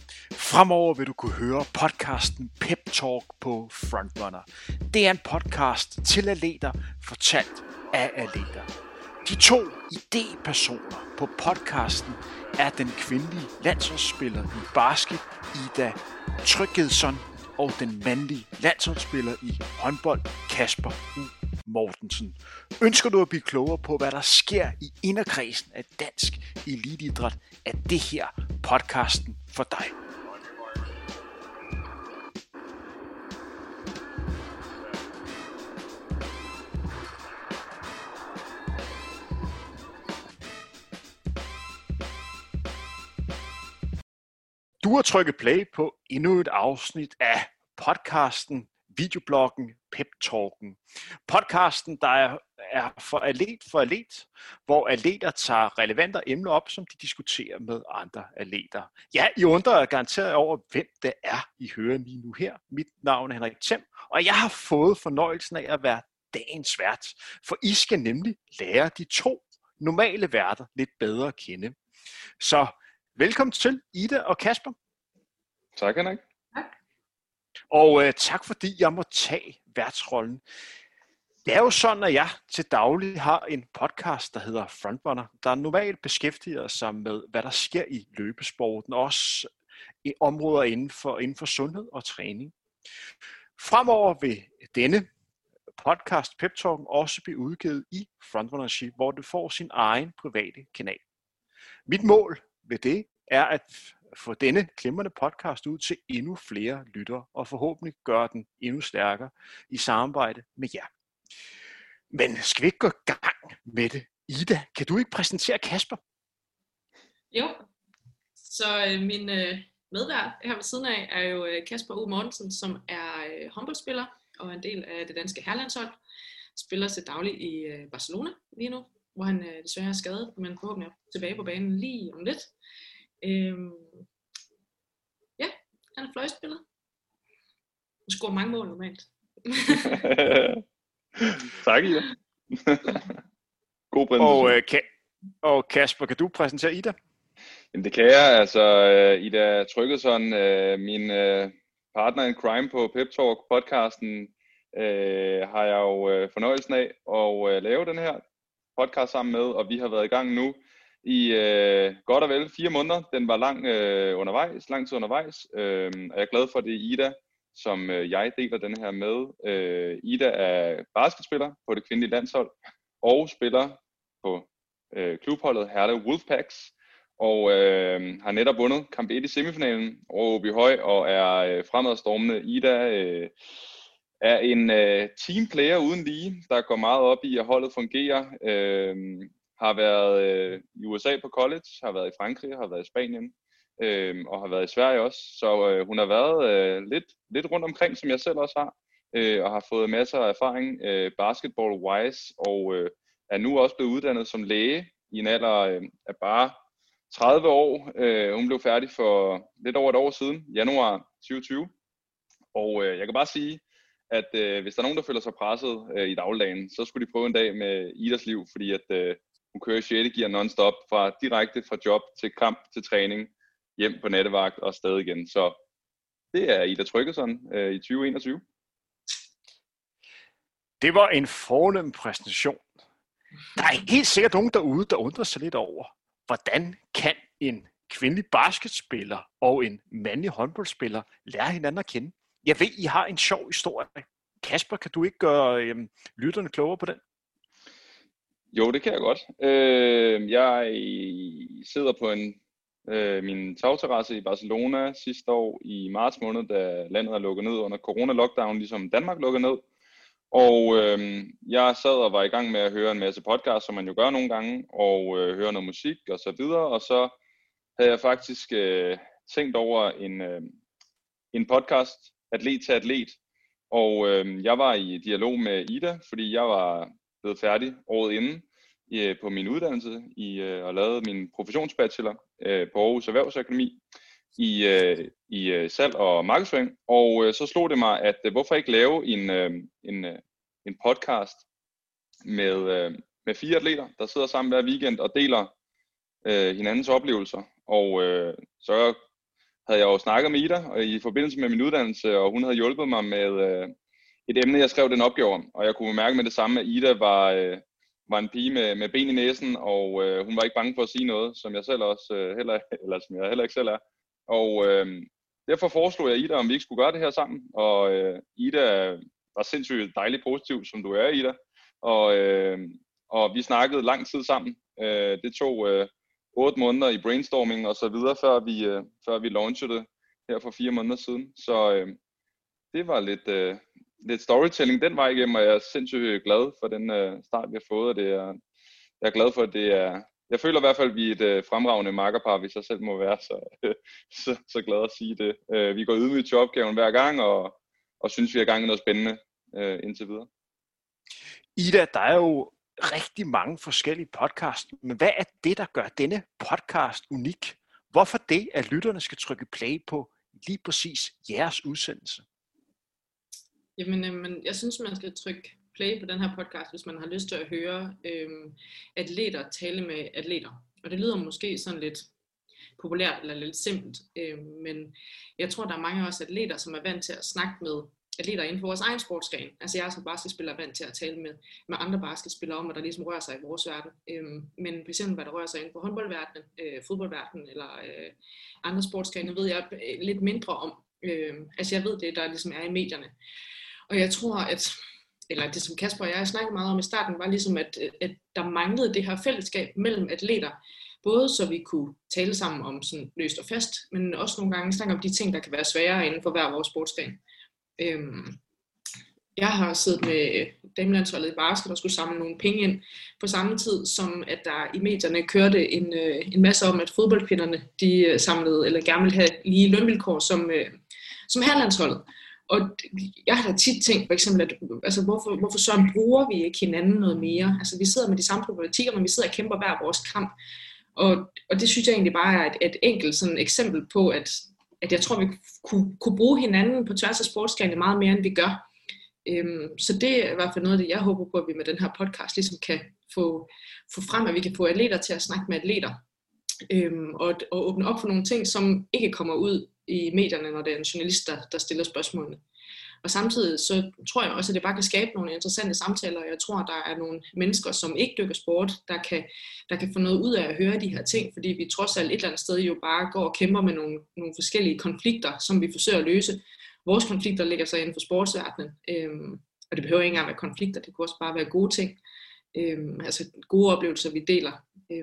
Fremover vil du kunne høre podcasten Pep Talk på Frontrunner. Det er en podcast til atleter, fortalt af atleter. De to idépersoner på podcasten er den kvindelige landsholdsspiller i basket, Ida Trygghedsson, og den mandlige landsholdsspiller i håndbold, Kasper U. Mortensen. Ønsker du at blive klogere på, hvad der sker i inderkredsen af dansk eliteidræt, er det her podcasten for dig. Du har trykket play på endnu et afsnit af podcasten, videobloggen Pep Talken. Podcasten, der er for atlet, hvor atleter tager relevante emner op, som de diskuterer med andre atleter. Ja, I undrer garanteret over, hvem det er, I hører lige nu her. Mit navn er Henrik Thiem, og jeg har fået fornøjelsen af at være dagens vært, for I skal nemlig lære de to normale værter lidt bedre at kende. Så velkommen til Ida og Kasper. Tak, Henrik. Tak. Og tak fordi jeg må tage værtsrollen. Det er jo sådan, at jeg til daglig har en podcast, der hedder Frontrunner, der normalt beskæftiger sig med, hvad der sker i løbesporten, også i områder inden for sundhed og træning. Fremover vil denne podcast Pep Talk også blive udgivet i Frontrunnership, hvor det får sin egen private kanal. Mit mål ved det er at få denne glimrende podcast ud til endnu flere lyttere, og forhåbentlig gøre den endnu stærkere i samarbejde med jer. Men skal vi ikke gå i gang med det? Ida, kan du ikke præsentere Kasper? Jo, så min medvært her ved siden af er jo Kasper U. Mortensen, som er håndboldspiller og en del af det danske herrelandshold. Spiller til daglig i Barcelona lige nu, hvor han desværre er skadet, men forhåbentlig er tilbage på banen lige om lidt. Ja, han er fløjspiller. Han scorer mange mål normalt. Tak, Ida. God præsentation. Og Kasper, kan du præsentere Ida? Jamen, det kan jeg. Altså, Ida Trygghedsson, min partner in crime på Pep Talk podcasten, har jeg jo fornøjelsen af at lave den her podcast sammen med, og vi har været i gang nu i godt og vel 4 måneder. Den var lang tid undervejs, og jeg er glad for det Ida, som jeg deler den her med. Ida er basketspiller på det kvindelige landshold, og spiller på klubholdet Herlev Wolfpacks, og har netop vundet kamp 1 i semifinalen over OB Høj, og er fremadstormende. Ida er en teamplayer uden lige, der går meget op i, at holdet fungerer. Har været i USA på college, har været i Frankrig, har været i Spanien, og har været i Sverige også. Så hun har været lidt rundt omkring, som jeg selv også har, og har fået masser af erfaring basketball-wise, og er nu også blevet uddannet som læge i en alder af bare 30 år. Hun blev færdig for lidt over et år siden, januar 2020. Og jeg kan bare sige, at hvis der er nogen, der føler sig presset i dagligdagen, så skulle de prøve en dag med Idas liv, fordi at hun kører i 6. gear non-stop, direkte fra job til kamp til træning, hjem på nattevagt og stadig igen. Så det er Ida Trygghedsson i 2021. Det var en fornem præsentation. Der er helt sikkert nogen derude, der undrer sig lidt over, hvordan kan en kvindelig basketspiller og en mandlig håndboldspiller lære hinanden at kende? Jeg ved, I har en sjov historie. Kasper, kan du ikke gøre lytterne klogere på den? Jo, det kan jeg godt. Jeg sidder på min tagterrasse i Barcelona sidste år i marts måned, da landet er lukket ned under corona-lockdown, ligesom Danmark lukkede ned. Og jeg sad og var i gang med at høre en masse podcasts, som man jo gør nogle gange, og høre noget musik og så videre. Og så havde jeg faktisk tænkt over en podcast, Atlet til Atlet. Og jeg var i dialog med Ida, fordi jeg var blevet færdig året inden på min uddannelse og lavede min professionsbachelor på Aarhus Erhvervsakademi i salg og markedsføring. Og så slog det mig, at hvorfor ikke lave en podcast med 4 atleter, der sidder sammen hver weekend og deler hinandens oplevelser. Og så havde jeg jo snakket med Ida og i forbindelse med min uddannelse, og hun havde hjulpet mig med et emne, jeg skrev den opgave om. Og jeg kunne mærke med det samme, at Ida var en pige med ben i næsen, og hun var ikke bange for at sige noget, som jeg selv også som jeg heller ikke selv er. Og derfor foreslog jeg Ida, om vi ikke skulle gøre det her sammen. Og Ida var sindssygt dejligt positiv, som du er, Ida. Og vi snakkede lang tid sammen. Det tog 8 måneder i brainstorming og så videre, før vi launchede det her for 4 måneder siden. Så det var lidt storytelling den vej igennem, og jeg er sindssygt glad for den start, vi har fået. Og jeg er glad for, at det er... Jeg føler i hvert fald, at vi er et fremragende makkerpar, hvis jeg selv må være så glad at sige det. Vi går ydmygt til opgaven hver gang, og synes, vi er i gang med noget spændende indtil videre. Ida, der er jo rigtig mange forskellige podcasts, men hvad er det, der gør denne podcast unik? Hvorfor det, at lytterne skal trykke play på lige præcis jeres udsendelse? Jamen, jeg synes, man skal trykke play på den her podcast, hvis man har lyst til at høre atleter tale med atleter. Og det lyder måske sådan lidt populært eller lidt simpelt, men jeg tror, der er mange af os atleter, som er vant til at snakke med atleter inden for vores egen sportsgren. Altså jeg er som basketspiller vant til at tale med andre basketspillere om, hvad der ligesom rører sig i vores verden. Men for eksempel, hvad der rører sig inden for håndboldverdenen, fodboldverdenen eller andre sportsgrene, ved jeg lidt mindre om. Altså jeg ved det, der ligesom er i medierne. Og jeg tror, eller det som Kasper og jeg snakkede meget om i starten, var ligesom, at der manglede det her fællesskab mellem atleter. Både så vi kunne tale sammen om sådan løst og fast, men også nogle gange snakke om de ting, der kan være sværere inden for hver vores sportsgren. Jeg har siddet med damelandsholdet i basket og skulle samle nogle penge ind på samme tid, som at der i medierne kørte en masse om, at fodboldkvinderne de samlede eller gerne ville have lige lønvilkår som herrelandsholdet. Og jeg har da tit tænkt for eksempel, at altså, hvorfor så bruger vi ikke hinanden noget mere? Altså vi sidder med de samme problematikker, men vi sidder og kæmper hver vores kamp. Og det synes jeg egentlig bare er et enkelt sådan eksempel på, at jeg tror, vi kunne bruge hinanden på tværs af sportsgrene meget mere, end vi gør. Så det er i hvert fald noget af det, jeg håber på, at vi med den her podcast ligesom kan få frem, at vi kan få atleter til at snakke med atleter. Og åbne op for nogle ting, som ikke kommer ud i medierne, når det er en journalist, der stiller spørgsmålene. Og samtidig så tror jeg også, at det bare kan skabe nogle interessante samtaler. Jeg tror, at der er nogle mennesker, som ikke dykker sport, der kan få noget ud af at høre de her ting, fordi vi trods alt et eller andet sted jo bare går og kæmper med nogle forskellige konflikter, som vi forsøger at løse. Vores konflikter ligger så inden for sportsverdenen, og det behøver ikke engang være konflikter, det kunne også bare være gode ting, altså gode oplevelser, vi deler.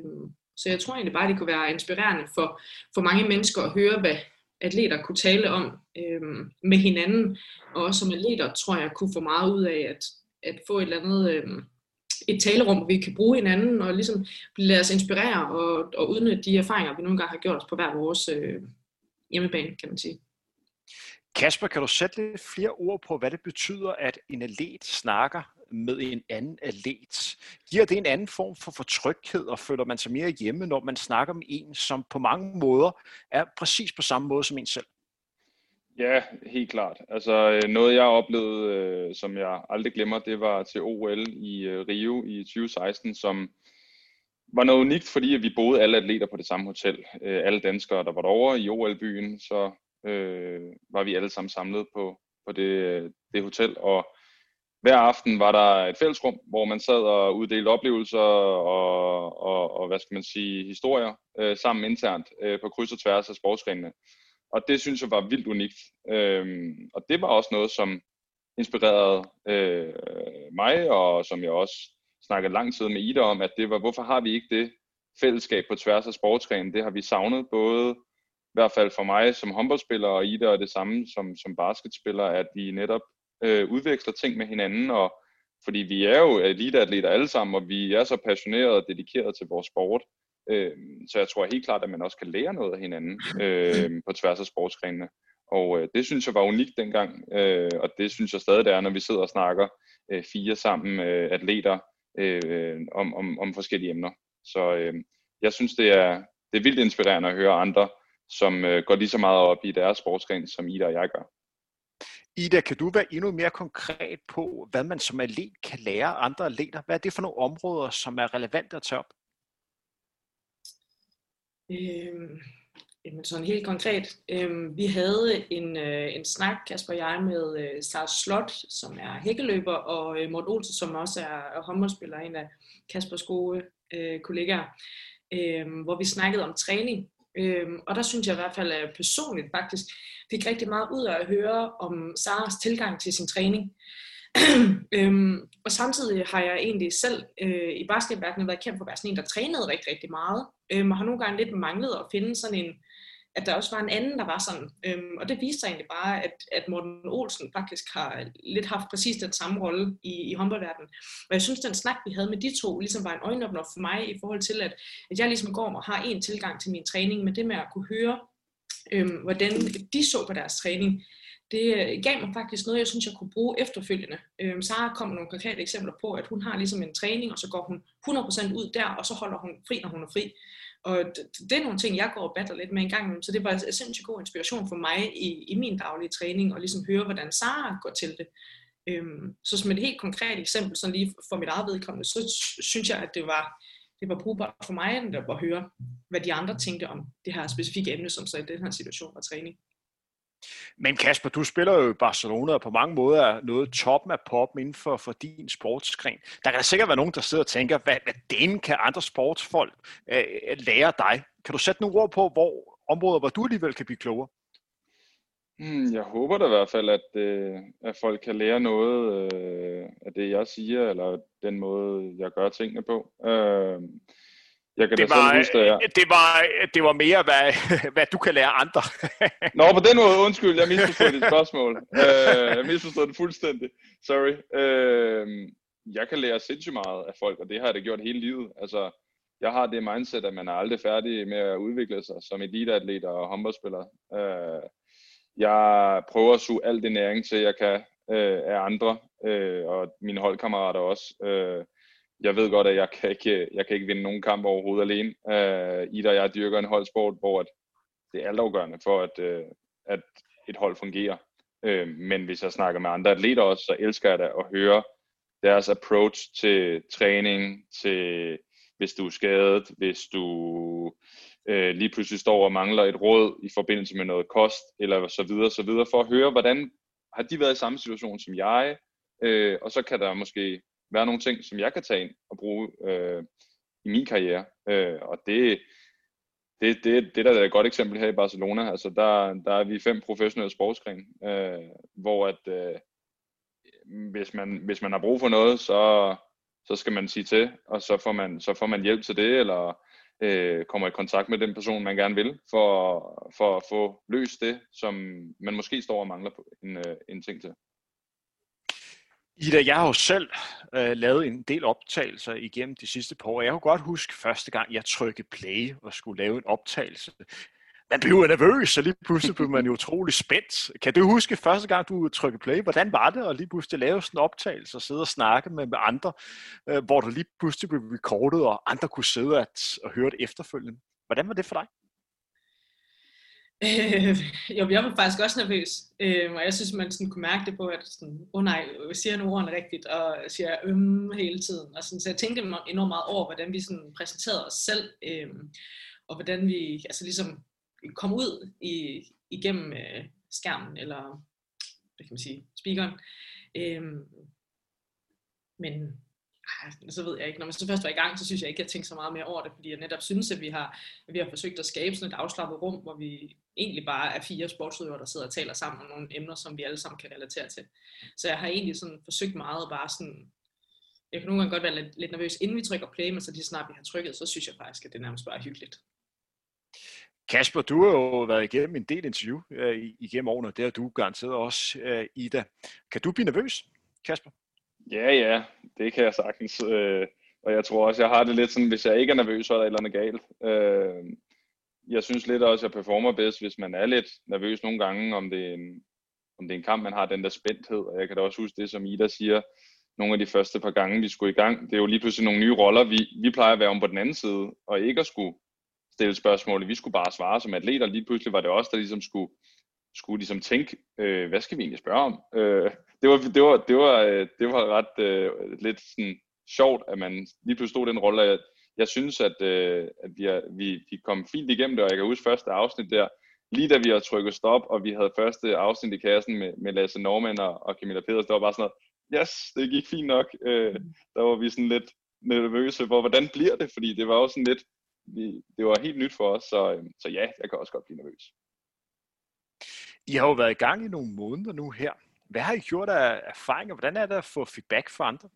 Så jeg tror egentlig bare, det kunne være inspirerende for mange mennesker at høre, hvad atleter kunne tale om med hinanden, og også som atleter tror jeg kunne få meget ud af at få et eller andet et talerum, hvor vi kan bruge hinanden og ligesom lade os inspirere og udnytte de erfaringer, vi nogle gange har gjort på hver vores hjemmebane, kan man sige. Kasper, kan du sætte lidt flere ord på, hvad det betyder, at en atlet snakker med en anden atlet? Giver det en anden form for tryghed, og føler man sig mere hjemme, når man snakker med en, som på mange måder er præcis på samme måde som en selv? Ja, helt klart. Altså noget jeg oplevede, som jeg aldrig glemmer, det var til OL i Rio i 2016, som var noget unikt, fordi vi boede alle atleter på det samme hotel. Alle danskere, der var derovre i OL-byen, så var vi alle sammen samlet på det hotel, og hver aften var der et fællesrum, hvor man sad og uddelte oplevelser og hvad skal man sige, historier sammen internt på kryds og tværs af sportsgrenene. Og det synes jeg var vildt unikt. Og det var også noget, som inspirerede mig, og som jeg også snakkede lang tid med Ida om, at det var, hvorfor har vi ikke det fællesskab på tværs af sportsgrenen? Det har vi savnet, både i hvert fald for mig som håndboldspiller, og Ida er det samme som basketspiller, at vi netop udveksler ting med hinanden, og fordi vi er jo eliteatleter alle sammen, og vi er så passionerede og dedikerede til vores sport, så jeg tror helt klart, at man også kan lære noget af hinanden på tværs af sportsgrenene, og det synes jeg var unikt dengang, og det synes jeg stadig det er, når vi sidder og snakker 4 sammen atleter om forskellige emner. Så jeg synes, det er vildt inspirerende at høre andre, som går lige så meget op i deres sportsgren, som Ida og jeg gør. Ida, kan du være endnu mere konkret på, hvad man som atlet kan lære andre atleter? Hvad er det for nogle områder, som er relevante at tage op? Jamen sådan helt konkret. Vi havde en snak, Kasper og jeg, med Sars Slot, som er hækkeløber, og Morten Olsen, som også er håndboldspiller, en af Kaspers gode kollegaer, hvor vi snakkede om træning. Og der synes jeg i hvert fald, at jeg personligt faktisk fik rigtig meget ud af at høre om Sars tilgang til sin træning. Og samtidig har jeg egentlig selv i basketverdenen været kendt for at være sådan en, der trænede rigtig, rigtig meget, og har nogle gange lidt manglet at finde sådan en, at der også var en anden, der var sådan. Og det viste sig egentlig bare, at Morten Olsen faktisk har lidt haft præcis den samme rolle i håndboldverdenen. Og jeg synes, den snak, vi havde med de to, ligesom var en øjenåbner for mig i forhold til, at jeg ligesom går og har en tilgang til min træning, men det med at kunne høre, hvordan de så på deres træning, det gav mig faktisk noget, jeg synes, jeg kunne bruge efterfølgende. Sara kom med nogle konkrete eksempler på, at hun har ligesom en træning, og så går hun 100% ud der, og så holder hun fri, når hun er fri. Og det er nogle ting, jeg går og battler lidt med en gang imellem, så det var en sindssygt god inspiration for mig i min daglige træning, og ligesom høre, hvordan Sara går til det. Så som et helt konkret eksempel, sådan lige for mit eget vedkommende, så synes jeg, at det var brugbart for mig, at høre, hvad de andre tænkte om det her specifikke emne, som så i den her situation var træning. Men Kasper, du spiller jo i Barcelona, og på mange måder er noget toppen af poppen inden for din sportsgren. Der kan sikkert være nogen, der sidder og tænker, hvad delen kan andre sportsfolk lære dig? Kan du sætte nogle ord på, områder, hvor du alligevel kan blive klogere? Jeg håber da i hvert fald, at folk kan lære noget af det, jeg siger, eller den måde, jeg gør tingene på. Jeg kan det var mere, hvad du kan lære andre. Nå, på den måde, undskyld, jeg misforstod dit spørgsmål. Jeg misforstod det fuldstændig. Sorry. Jeg kan lære sindssygt meget af folk, og det har jeg da gjort hele livet. Altså, jeg har det mindset, at man er aldrig færdig med at udvikle sig som eliteatlet og håndboldspiller. Jeg prøver at suge al det næring til, jeg kan af andre, og mine holdkammerater også. Jeg ved godt, at jeg kan ikke vinde nogen kamp overhovedet alene. Ida og jeg dyrker en holdsport, hvor det er altafgørende for, at et hold fungerer. Men hvis jeg snakker med andre atleter også, så elsker jeg da at høre deres approach til træning, til hvis du er skadet, hvis du lige pludselig står og mangler et råd i forbindelse med noget kost, eller så videre, for at høre, hvordan har de været i samme situation som jeg, og så kan der måske være nogle ting, som jeg kan tage ind og bruge i min karriere. Og det der er et godt eksempel her i Barcelona. Altså der er vi 5 professionelle sportsgrene, hvor at hvis man har brug for noget, så skal man sige til, og så får man hjælp til det, eller kommer i kontakt med den person, man gerne vil, for at få løst det, som man måske står og mangler en ting til. Ida, jeg har jo selv lavet en del optagelser igennem de sidste par år. Jeg kunne godt huske første gang, jeg trykkede play og skulle lave en optagelse. Man blev nervøs, og lige pludselig blev man jo utrolig spændt. Kan du huske første gang, du trykkede play? Hvordan var det at lige pludselig lave sådan en optagelse og sidde og snakke med andre, hvor du lige pludselig blev recordet, og andre kunne sidde og høre det efterfølgende? Hvordan var det for dig? Jo, jeg var faktisk også nervøs, og jeg synes, man sådan kunne mærke det på, at sådan, nej, jeg siger nu ordene rigtigt, og siger hele tiden. Og sådan, så jeg tænkte enormt meget over, hvordan vi sådan præsenterede os selv, og hvordan vi altså ligesom kom ud igennem skærmen, eller hvad kan man sige, speakeren. Men så ved jeg ikke, når man så først var i gang, så synes jeg ikke, jeg tænkte så meget mere over det, fordi jeg netop synes, at vi har forsøgt at skabe sådan et afslappet rum, hvor vi egentlig bare er 4 sportsudøvere, der sidder og taler sammen om nogle emner, som vi alle sammen kan relatere til. Så jeg har egentlig sådan forsøgt meget bare sådan, jeg kan nogle gange godt være lidt nervøs, inden vi trykker play, men så lige snart vi har trykket, så synes jeg faktisk, at det nærmest bare er hyggeligt. Kasper, du har jo været igennem en del interview igennem årene, og det har du garanteret også, Ida. Kan du blive nervøs, Kasper? Ja, det kan jeg sagtens. Og jeg tror også, jeg har det lidt sådan, hvis jeg ikke er nervøs, så er der et eller andet galt. Jeg synes lidt også, at jeg performer bedst, hvis man er lidt nervøs nogle gange, om det er en kamp, man har den der spændthed. Og jeg kan da også huske det, som Ida siger, nogle af de første par gange, vi skulle i gang. Det er jo lige pludselig nogle nye roller. Vi plejer at være om på den anden side, og ikke at skulle stille spørgsmål. Vi skulle bare svare som atleter. Lige pludselig var det os, der ligesom skulle ligesom tænke, hvad skal vi egentlig spørge om? Det var ret lidt sådan sjovt, at man lige pludselig stod den rolle, at jeg synes, at vi kom fint igennem det, og jeg kan huske første afsnit der, lige da vi havde trykket stop, og vi havde første afsnit i kassen med Lasse Norman og Camilla Peders, det var bare sådan noget, yes, det gik fint nok. Der var vi sådan lidt nervøse for, hvordan bliver det, fordi det var jo sådan lidt, det var helt nyt for os, så ja, jeg kan også godt blive nervøs. I har jo været i gang i nogle måneder nu her. Hvad har I gjort af erfaringer? Hvordan er det at få feedback fra andre?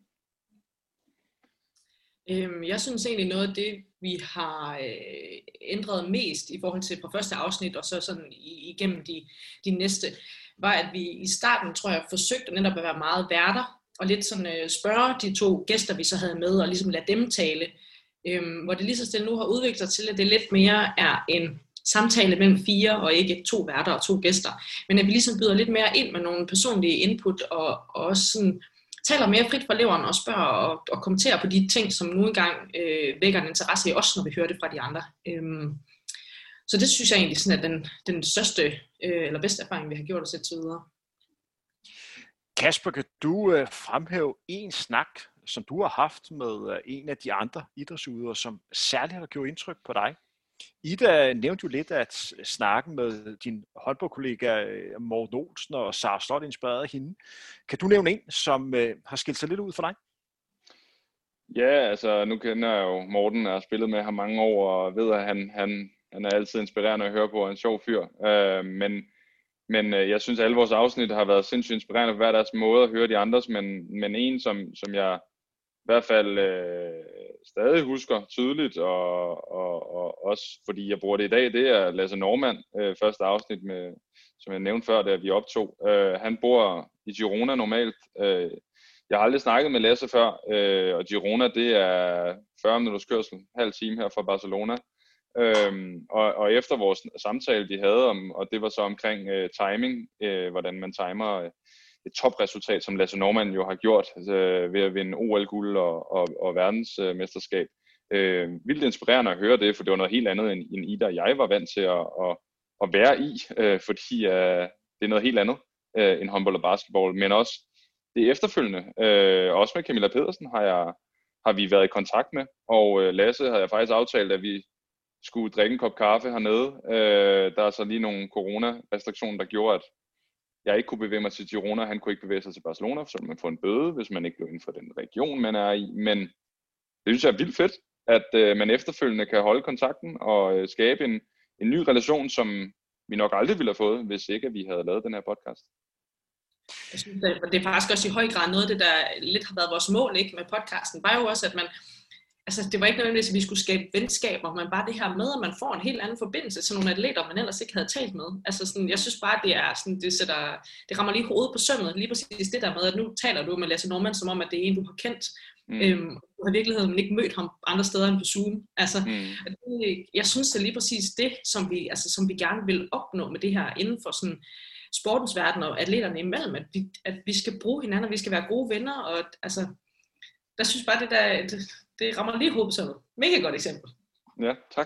Jeg synes egentlig noget af det, vi har ændret mest i forhold til på første afsnit, og så sådan igennem de næste, var, at vi i starten, tror jeg, forsøgte netop at være meget værter, og lidt sådan spørge de to gæster, vi så havde med, og ligesom lade dem tale. Hvor det lige så stille nu har udviklet sig til, at det lidt mere er en samtale mellem 4, og ikke 2 værter og 2 gæster. Men at vi ligesom byder lidt mere ind med nogle personlige input, og også sådan taler mere frit fra leveren og spørger og kommenterer på de ting, som nu engang vækker en interesse i os, når vi hører det fra de andre. Så det synes jeg egentlig sådan er den største eller bedste erfaring, vi har gjort os indtil videre. Kasper, kan du fremhæve en snak, som du har haft med en af de andre idrætsudøvere, som særligt har gjort indtryk på dig? Ida nævnte jo lidt, at snakken med din håndboldkollega Morten Olsen og Sara Slot inspirerede hende. Kan du nævne en, som har skilt sig lidt ud for dig? Ja, altså nu kender jeg jo Morten, og har spillet med ham mange år, og ved, at han er altid inspirerende at høre på, og en sjov fyr. Men jeg synes, at alle vores afsnit har været sindssygt inspirerende på hver deres måde at høre de andres, men en, som jeg i hvert fald stadig husker tydeligt, og også fordi jeg bruger det i dag, det er Lasse Norman, første afsnit, som jeg nævnte før, da vi optog. Han bor i Girona normalt. Jeg har aldrig snakket med Lasse før, og Girona, det er 40 minutters kørsel, halv time her fra Barcelona. Og efter vores samtale, de havde om, og det var så omkring timing, hvordan man timer et topresultat, som Lasse Norman jo har gjort ved at vinde OL-guld og verdensmesterskab. Vildt inspirerende at høre det, for det var noget helt andet end Ida og jeg var vant til at være i, fordi det er noget helt andet end håndbold og basketball, men også det efterfølgende. Også med Camilla Pedersen har vi været i kontakt med, og Lasse havde jeg faktisk aftalt, at vi skulle drikke en kop kaffe hernede. Der er så lige nogle corona-restriktioner, der gjorde, at jeg ikke kunne bevæge mig til Girona, han kunne ikke bevæge sig til Barcelona, så man får en bøde, hvis man ikke blev inden for den region, man er i. Men det synes jeg er vildt fedt, at man efterfølgende kan holde kontakten og skabe en ny relation, som vi nok aldrig ville have fået, hvis ikke at vi havde lavet den her podcast. Jeg synes, det er faktisk også i høj grad noget af det, der lidt har været vores mål, ikke, med podcasten, var jo også, at man, altså det var ikke nødvendigvis, at vi skulle skabe venskaber, men bare det her med, at man får en helt anden forbindelse til nogle atleter, man ellers ikke havde talt med. Altså sådan, jeg synes bare, det er sådan, det rammer lige hovedet på sømmet, lige præcis det der med, at nu taler du med Lasse Norman, som om, at det er en, du har kendt. Du har i virkeligheden ikke mødt ham andre steder end på Zoom. Altså, jeg synes, det er lige præcis det, som vi gerne vil opnå med det her inden for sådan sportens verden og atleterne imellem, at vi skal bruge hinanden, og vi skal være gode venner, og altså, der synes bare, det rammer lige hovedet sådan. Mega godt eksempel. Ja, tak.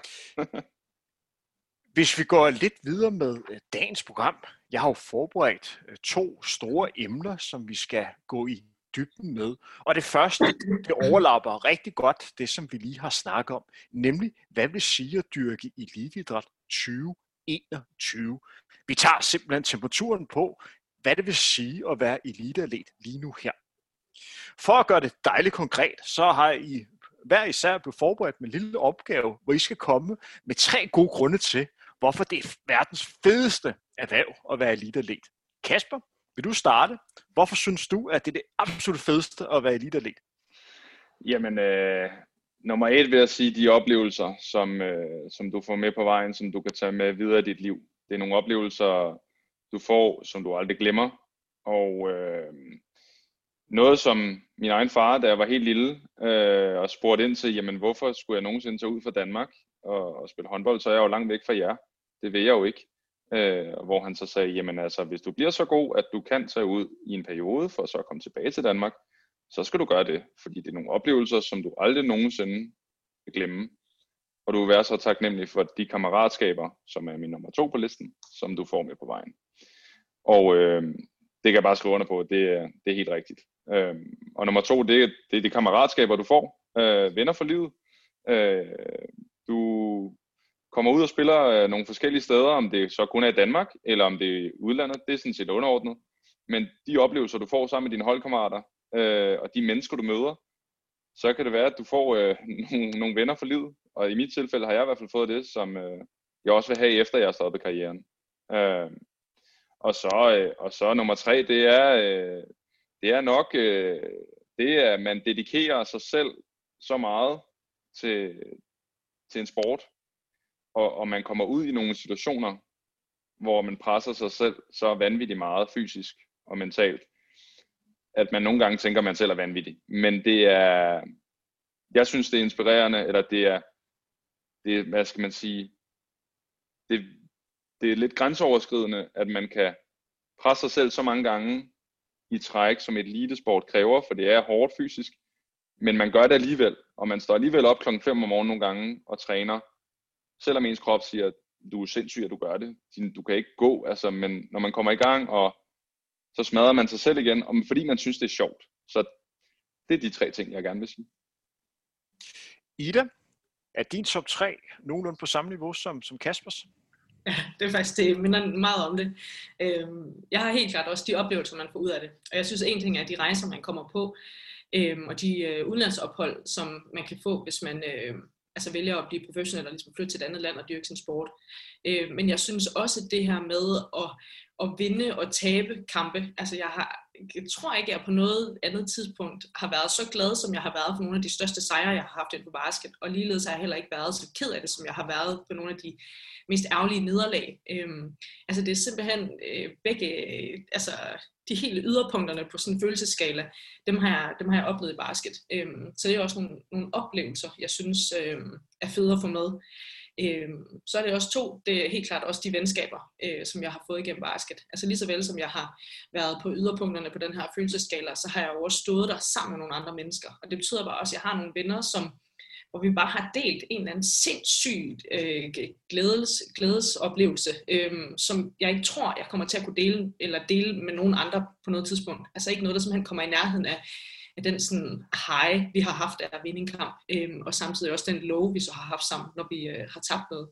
Hvis vi går lidt videre med dagens program, jeg har jo forberedt 2 store emner, som vi skal gå i dybden med. Og det første, det overlapper rigtig godt det, som vi lige har snakket om, nemlig hvad vil sige at dyrke eliteidræt 2021. Vi tager simpelthen temperaturen på, hvad det vil sige at være eliteatlet lige nu her. For at gøre det dejligt konkret, så har I hver især blevet forberedt med en lille opgave, hvor I skal komme med 3 gode grunde til, hvorfor det er verdens fedeste erhverv at være eliteatlet. Kasper, vil du starte? Hvorfor synes du, at det er det absolut fedeste at være eliteatlet? Jamen, nummer 1 vil jeg sige, de oplevelser, som du får med på vejen, som du kan tage med videre i dit liv. Det er nogle oplevelser, du får, som du aldrig glemmer. Og noget som min egen far, da jeg var helt lille, og spurgte ind til, jamen hvorfor skulle jeg nogensinde tage ud fra Danmark og spille håndbold, så er jeg jo langt væk fra jer. Det vil jeg jo ikke. Hvor han så sagde, jamen altså, hvis du bliver så god, at du kan tage ud i en periode, for så at komme tilbage til Danmark, så skal du gøre det, fordi det er nogle oplevelser, som du aldrig nogensinde vil glemme. Og du vil være så taknemmelig for de kammeratskaber, som er min nummer 2 på listen, som du får med på vejen. Og det kan jeg bare skrive under på, det er helt rigtigt. Og nummer 2, det er de kammeratskaber, du får. Venner for livet. Du kommer ud og spiller nogle forskellige steder, om det så kun er i Danmark, eller om det er i udlandet, det er sådan set underordnet. Men de oplevelser, du får sammen med dine holdkammerater, og de mennesker, du møder, så kan det være, at du får nogle venner for livet. Og i mit tilfælde har jeg i hvert fald fået det, som jeg også vil have, efter jeg har stoppet karrieren. Og så nummer 3, det er nok, det er, at man dedikerer sig selv så meget til en sport, og man kommer ud i nogle situationer, hvor man presser sig selv så vanvittigt meget fysisk og mentalt, at man nogle gange tænker, at man selv er vanvittig. Men jeg synes, det er inspirerende, eller det er hvad skal man sige, det er lidt grænseoverskridende, at man kan presse sig selv så mange gange i træk, som et elitesport kræver, for det er hårdt fysisk, men man gør det alligevel, og man står alligevel op 5:00 om morgenen nogle gange og træner, selvom ens krop siger, at du er sindssyg, at du gør det. Du kan ikke gå, altså, men når man kommer i gang, og så smadrer man sig selv igen, fordi man synes, det er sjovt. Så det er de 3 ting, jeg gerne vil sige. Ida, er din top 3 nogenlunde på samme niveau som Kaspers? Ja, det er faktisk, det minder meget om det. Jeg har helt klart også de oplevelser, man får ud af det. Og jeg synes, en ting er de rejser, man kommer på, og de udlandsophold, som man kan få, hvis man vælger at blive professionel og ligesom flytte til et andet land og dyrke sin sport. Men jeg synes også det her med at vinde og tabe kampe. Altså jeg tror ikke, at jeg på noget andet tidspunkt har været så glad, som jeg har været for nogle af de største sejre, jeg har haft inden for basket. Og ligeledes har jeg heller ikke været så ked af det, som jeg har været på nogle af de mest ærgerlige nederlag. Altså det er simpelthen begge, altså de hele yderpunkterne på sådan en følelsesskala, dem har jeg oplevet i basket. Så det er også nogle oplevelser, jeg synes er fede at få med. Så er det også det er helt klart også de venskaber, som jeg har fået igennem basket. Altså lige så vel som jeg har været på yderpunkterne på den her følelsesskala, så har jeg jo også stået der sammen med nogle andre mennesker. Og det betyder bare også, at jeg har nogle venner, hvor vi bare har delt en eller anden sindssyg glædesoplevelse, som jeg ikke tror, jeg kommer til at kunne dele med nogen andre på noget tidspunkt. Altså ikke noget, der simpelthen kommer i nærheden af den sådan high, vi har haft af at vinde en kamp, og samtidig også den low, vi så har haft sammen, når vi har tabt noget.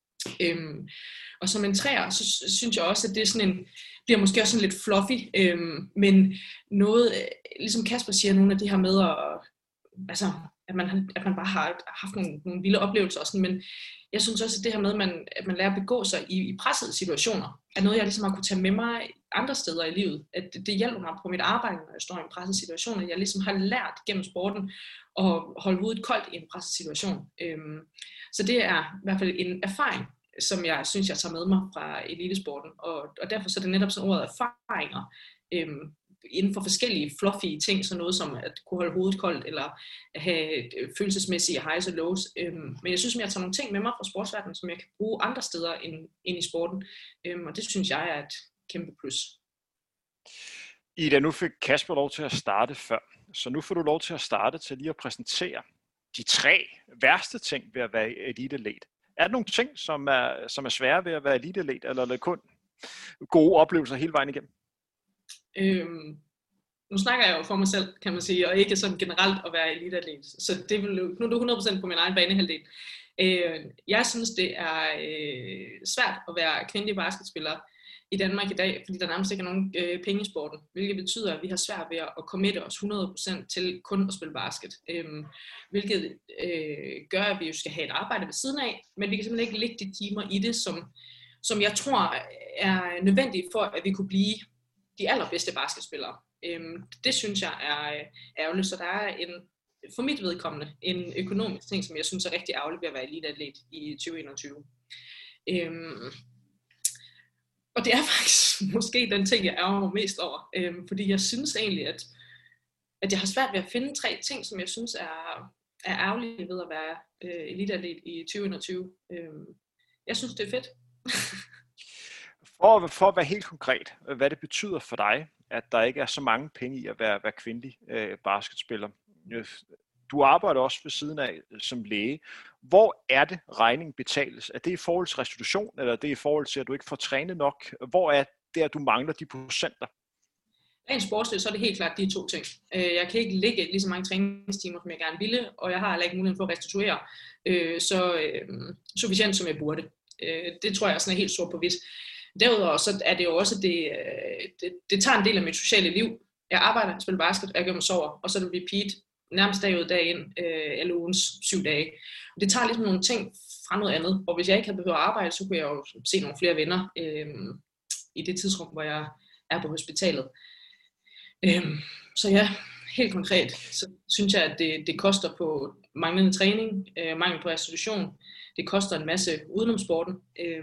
Og som en træer, så synes jeg også, at det er sådan bliver måske også sådan lidt fluffy, men noget, ligesom Kasper siger, nogle af de her med at man bare har haft nogle vilde oplevelser og sådan, men jeg synes også, at det her med, at man lærer at begå sig i pressede situationer, er noget, jeg ligesom har kunne tage med mig andre steder i livet. At det hjælper mig på mit arbejde, når jeg står i en presset situation, at jeg ligesom har lært gennem sporten at holde hovedet koldt i en presset situation. Så det er i hvert fald en erfaring, som jeg synes, jeg tager med mig fra elitesporten, og derfor så er det netop sådan ordet erfaringer, inden for forskellige fluffy ting, sådan noget som at kunne holde hovedet koldt, eller have følelsesmæssige highs og lows. Men jeg synes, at jeg tager nogle ting med mig fra sportsverdenen, som jeg kan bruge andre steder end i sporten. Og det synes jeg er et kæmpe plus. Ida, nu fik Kasper lov til at starte før, så nu får du lov til at starte til lige at præsentere de 3 værste ting ved at være eliteatlet. Er der nogle ting, som er svære ved at være eliteatlet, eller er det kun gode oplevelser hele vejen igennem? Nu snakker jeg jo for mig selv, kan man sige, og ikke sådan generelt at være eliteatlet. Så det vil, nu er du 100% på min egen banehalvdel. Jeg synes, det er svært at være kvindelig basketspiller i Danmark i dag, fordi der nærmest ikke er nogen penge i sporten, hvilket betyder, at vi har svært ved at committe os 100% til kun at spille basket. Hvilket gør, at vi jo skal have et arbejde ved siden af, men vi kan simpelthen ikke lægge de timer i det, som jeg tror er nødvendigt for, at vi kunne blive de allerbedste basketspillere. Det synes jeg er ærgerligt, så der er for mit vedkommende en økonomisk ting, som jeg synes er rigtig ærgerligt ved at være eliteatlet i 2021. Og det er faktisk måske den ting, jeg ærger mig mest over, fordi jeg synes egentlig, at jeg har svært ved at finde 3 ting, som jeg synes er ærgerlige ved at være eliteatlet i 2021. Jeg synes, det er fedt. For at være helt konkret, hvad det betyder for dig, at der ikke er så mange penge i at være kvindelig basketspiller. Du arbejder også ved siden af som læge. Hvor er det, regningen betales? Er det i forhold til restitution, eller er det i forhold til, at du ikke får trænet nok? Hvor er det, at du mangler de procenter? Rent sportsligt, så er det helt klart de to ting. Jeg kan ikke lægge lige så mange træningstimer, som jeg gerne ville, og jeg har heller ikke muligheden for at restituere så sufficient, som jeg burde. Det tror jeg sådan er helt sort på hvidt. Derudover så er det jo også, det tager en del af mit sociale liv. Jeg arbejder, jeg spiller basket, jeg gør mig sover, og så er det repeat nærmest dag ud og dag ind, alle ugens 7 dage. Og det tager ligesom nogle ting fra noget andet, og hvis jeg ikke havde behøvet at arbejde, så kunne jeg jo se nogle flere venner i det tidsrum, hvor jeg er på hospitalet. Så ja, helt konkret, så synes jeg, at det koster på manglende træning, mangel på restitution, det koster en masse udenom sporten.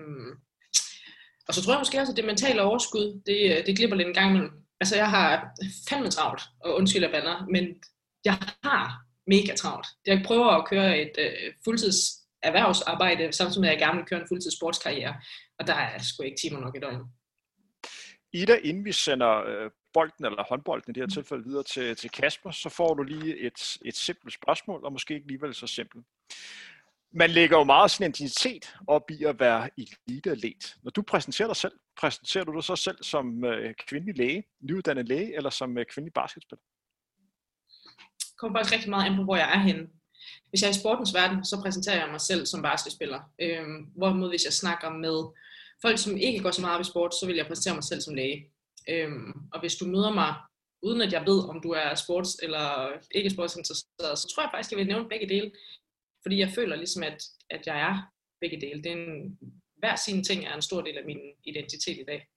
Og så tror jeg måske også, at det mentale overskud, det glipper lidt en gang imellem. Altså jeg har fandme travlt, og undskyld jeg bander, men jeg har mega travlt. Jeg prøver at køre et fuldtids erhvervsarbejde, samtidig med at jeg gerne vil køre en fuldtids sportskarriere, og der er sgu ikke timer nok i døgnet. Ida, inden vi sender bolden eller håndbolden i det her tilfælde videre til Kasper, så får du lige et simpelt spørgsmål, og måske ikke alligevel så simpelt. Man lægger jo meget sin identitet op i at være eliteatlet. Når du præsenterer dig selv, præsenterer du dig så selv som kvindelig læge, nyuddannet læge, eller som kvindelig basketspiller? Det kommer faktisk rigtig meget an på, hvor jeg er henne. Hvis jeg er i sportens verden, så præsenterer jeg mig selv som basketspiller. Hvorimod hvis jeg snakker med folk, som ikke går så meget op i sport, så vil jeg præsentere mig selv som læge. Og hvis du møder mig, uden at jeg ved, om du er sports- eller ikke sportsinteresseret, så tror jeg faktisk, jeg vil nævne begge dele. Fordi jeg føler ligesom, at jeg er begge dele. Det er hver sin ting er en stor del af min identitet i dag.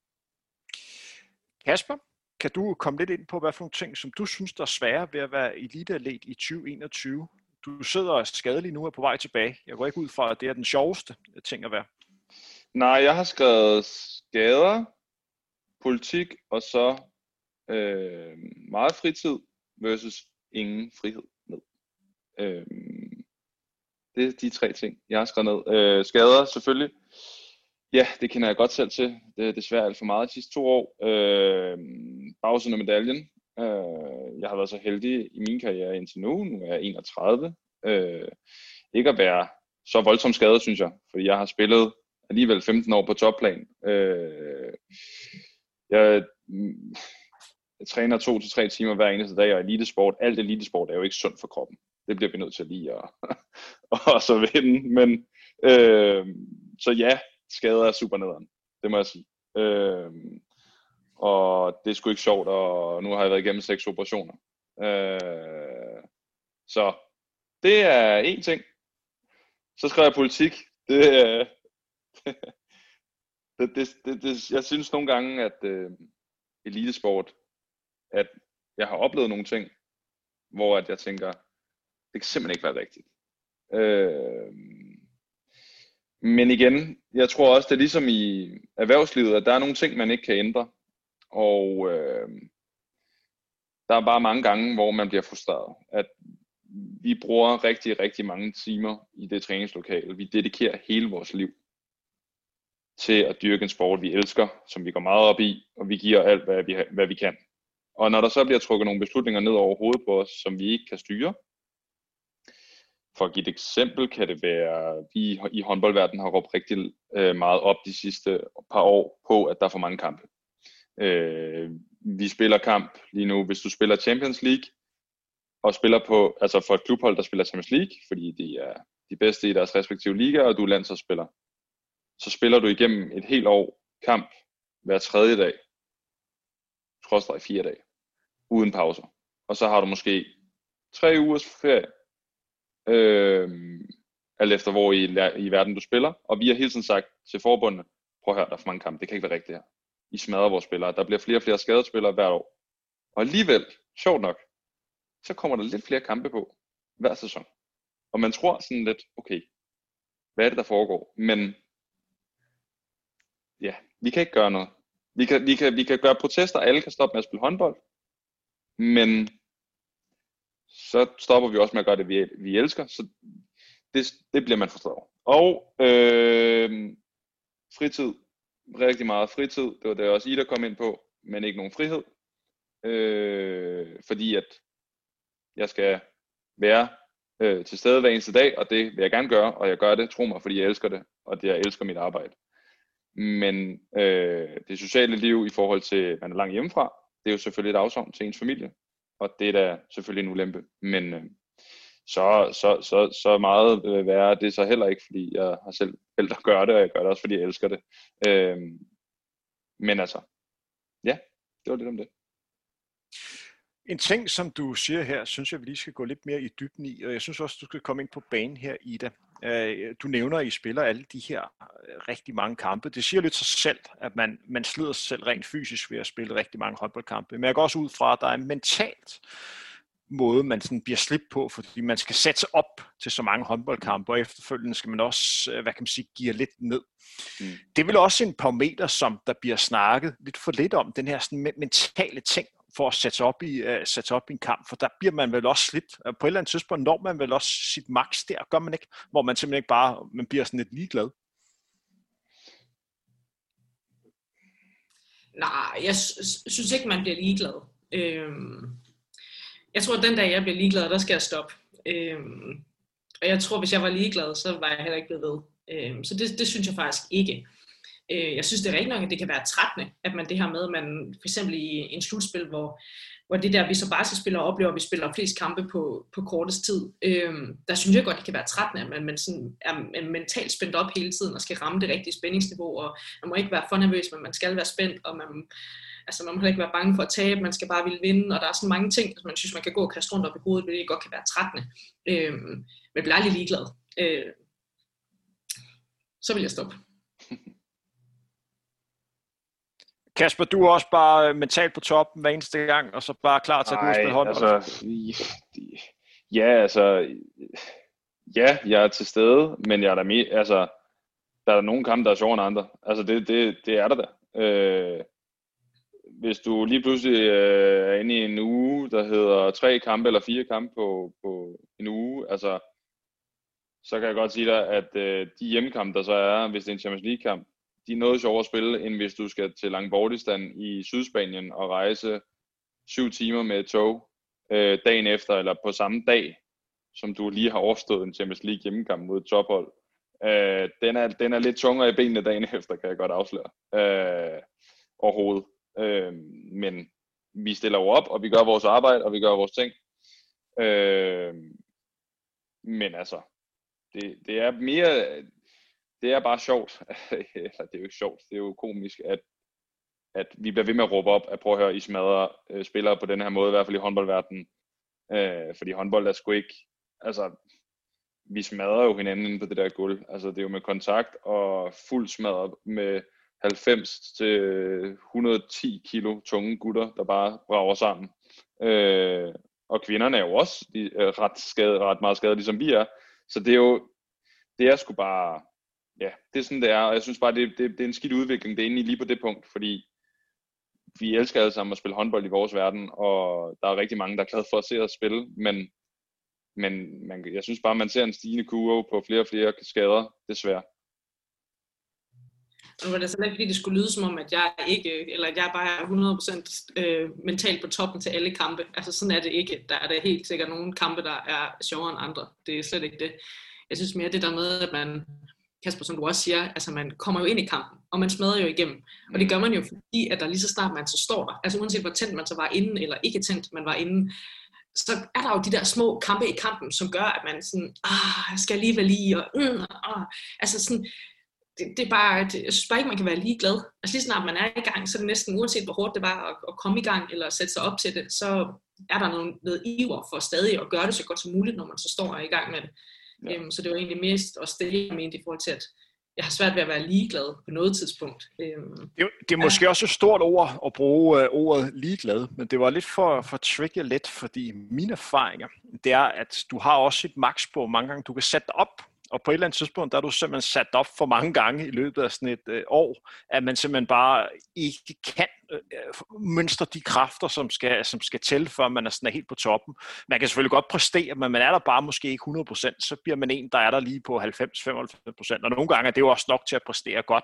Kasper, kan du komme lidt ind på, hvad for nogle ting, som du synes, der er svære ved at være eliteatlet i 2021? Du sidder skadelig nu og er på vej tilbage. Jeg går ikke ud fra, at det er den sjoveste ting at være. Nej, jeg har skrevet skader, politik og så meget fritid versus ingen frihed ned. Det er de 3 ting, jeg har skrevet ned. Skader selvfølgelig. Ja, det kender jeg godt selv til. Det er desværre alt for meget de sidste 2 år. Bagsiden af medaljen. Jeg har været så heldig i min karriere indtil nu. Nu er jeg 31. Ikke at være så voldsomt skadet, synes jeg. Fordi jeg har spillet alligevel 15 år på topplan. Jeg træner 2 til 3 timer hver eneste dag, og elitesport, alt elitesport er jo ikke sundt for kroppen. Det bliver vi nødt til lige at så vinde. Men så ja, skader er super nederen. Det må jeg sige. Og det er sgu ikke sjovt, og nu har jeg været igennem 6 operationer. Så det er en ting. Så skrev jeg politik. Jeg synes nogle gange, at elitesport, at jeg har oplevet nogle ting, hvor at jeg tænker, det kan simpelthen ikke være rigtigt. Men igen, jeg tror også, det er ligesom i erhvervslivet, at der er nogle ting, man ikke kan ændre. Og der er bare mange gange, hvor man bliver frustreret. At vi bruger rigtig, rigtig mange timer i det træningslokale. Vi dedikerer hele vores liv til at dyrke en sport, vi elsker, som vi går meget op i, og vi giver alt, hvad vi kan. Og når der så bliver trukket nogle beslutninger ned over hovedet på os, som vi ikke kan styre. For at give et eksempel, kan det være, at vi i håndboldverdenen har råbt rigtig meget op de sidste par år på, at der er for mange kampe. Vi spiller kamp lige nu, hvis du spiller Champions League, og spiller på, altså for et klubhold, der spiller Champions League, fordi de er de bedste i deres respektive liga, og du er landsholdsspiller. Så spiller du igennem et helt år kamp hver 3. dag, / 4 dage, uden pauser. Og så har du måske 3 ugers ferie, alt efter hvor i verden du spiller. Og vi har hele tiden sagt til forbundene, prøv at høre, der er for mange kampe, det kan ikke være rigtigt her. I smadrer vores spillere, der bliver flere og flere skadede spillere hvert år. Og alligevel, sjovt nok, så kommer der lidt flere kampe på hver sæson. Og man tror sådan lidt, okay, hvad er det der foregår? Men ja, vi kan ikke gøre noget. Vi kan gøre protester, alle kan stoppe med at spille håndbold, men så stopper vi også med at gøre det, vi elsker, så det bliver man frustreret over. Og fritid, rigtig meget fritid, det var det også Ida kom ind på, men ikke nogen frihed, fordi at jeg skal være til stede hver eneste dag, og det vil jeg gerne gøre, og jeg gør det, tro mig, fordi jeg elsker det, og jeg elsker mit arbejde. Men det sociale liv i forhold til, at man er langt hjemmefra, det er jo selvfølgelig et afsavn til ens familie, og det er da selvfølgelig en ulempe, men så meget værre det er så heller ikke, fordi jeg har selv valgt at gøre det, og jeg gør det også, fordi jeg elsker det. Men altså, ja, det var lidt om det. En ting, som du siger her, synes jeg, vi lige skal gå lidt mere i dybden i, og jeg synes også, du skal komme ind på banen her, Ida. Du nævner, at I spiller alle de her rigtig mange kampe. Det siger lidt sig selv, at man slider sig selv rent fysisk ved at spille rigtig mange håndboldkampe. Men jeg går også ud fra, at der er en mentalt måde, man sådan bliver slidt på, fordi man skal sætte sig op til så mange håndboldkampe, og efterfølgende skal man også, hvad kan man sige, give lidt ned. Det er vel også en parameter, som der bliver snakket lidt for lidt om, den her sådan mentale ting, for at sætte sig op i en kamp, for der bliver man vel også slidt. På et eller andet tidspunkt når man vel også sit max der, gør man ikke? Hvor man simpelthen ikke bare, man bliver sådan lidt ligeglad. Nej, jeg synes ikke, man bliver ligeglad. Jeg tror, at den dag, jeg bliver ligeglad, der skal jeg stoppe. Og jeg tror, hvis jeg var ligeglad, så var jeg heller ikke blevet ved. Så det synes jeg faktisk ikke. Jeg synes, det er rigtigt nok, at det kan være trættende, at man det her med, at man for eksempel i en slutspil, hvor det der, vi så basketspillere oplever, at vi spiller flest kampe på kortest tid, der synes jeg godt, det kan være trættende, at man sådan er mentalt spændt op hele tiden og skal ramme det rigtige spændingsniveau, og man må ikke være for nervøs, men man skal være spændt, og man må heller ikke være bange for at tabe, man skal bare ville vinde, og der er sådan mange ting, som man synes, man kan gå og kaste rundt op i hovedet, hvilket godt kan være trættende. Men bliver aldrig ligeglad. Så vil jeg stoppe. Kasper, du er også bare mentalt på toppen hver eneste gang, og så bare klar til at gå og spille håndbold? Ja, jeg er til stede, men jeg er der er nogle kampe, der er sjovere end andre. Altså, det er der da. Hvis du lige pludselig er inde i en uge, der hedder 3 kampe eller 4 kampe på en uge, altså, så kan jeg godt sige dig, at de hjemmekampe, der så er, hvis det er en Champions League-kamp, de er noget sjovere at spille, end hvis du skal til Langbordistan i Sydspanien og rejse 7 timer med et tog dagen efter, eller på samme dag, som du lige har overstået en Champions League hjemmekamp mod et tophold. Den er lidt tungere i benene dagen efter, kan jeg godt afsløre. Overhovedet. Men vi stiller jo op, og vi gør vores arbejde, og vi gør vores ting. Men altså, det er mere... Det er bare sjovt, eller det er jo ikke sjovt, det er jo komisk, at vi bliver ved med at råbe op, at prøve at høre, I smadrer spillere på den her måde, i hvert fald i håndboldverdenen. Fordi håndbold er sgu ikke, altså, vi smadrer jo hinanden på det der gulv. Altså, det er jo med kontakt og fuld smadret med 90 til 110 kilo tunge gutter, der bare brager sammen. Og kvinderne er jo også ret meget skadet, ligesom vi er. Så det er sgu bare... Ja, det er sådan, det er, og jeg synes bare, det er en skidt udvikling, det er inde lige på det punkt, fordi vi elsker alle sammen at spille håndbold i vores verden, og der er rigtig mange, der er glade for at se os spille, men jeg synes bare, man ser en stigende kurve på flere og flere skader, desværre. Nu var det så ikke, fordi det skulle lyde som om, at jeg ikke, eller at jeg bare er 100% mentalt på toppen til alle kampe. Altså sådan er det ikke. Der er der helt sikkert nogle kampe, der er sjovere end andre. Det er slet ikke det. Jeg synes mere det der med, at man... Kasper, som du også siger, altså man kommer jo ind i kampen, og man smadrer jo igennem. Og det gør man jo, fordi at der lige så snart man så står der, altså uanset hvor tændt man så var inde, eller ikke tændt man var inde, så er der jo de der små kampe i kampen, som gør, at man sådan, skal alligevel lige, og altså sådan, det er bare, jeg synes bare ikke, man kan være ligeglad. Altså lige snart man er i gang, så er det næsten uanset hvor hårdt det var at komme i gang, eller sætte sig op til det, så er der noget iver for stadig at gøre det så godt som muligt, når man så står i gang med det. Ja. Så det var egentlig mest også det, jeg mente i forhold til, at jeg har svært ved at være ligeglad på noget tidspunkt. Det er måske også et stort ord at bruge ordet ligeglad, men det var lidt for tricky lidt, fordi mine erfaringer, det er, at du har også et max på, mange gange du kan sætte dig op, og på et eller andet tidspunkt, der er du simpelthen sat op for mange gange i løbet af sådan et år, at man simpelthen bare ikke kan mønstre de kræfter, som skal til, før man er sådan helt på toppen. Man kan selvfølgelig godt præstere, men man er der bare måske ikke 100%, så bliver man en, der er der lige på 90-95%, og nogle gange er det jo også nok til at præstere godt.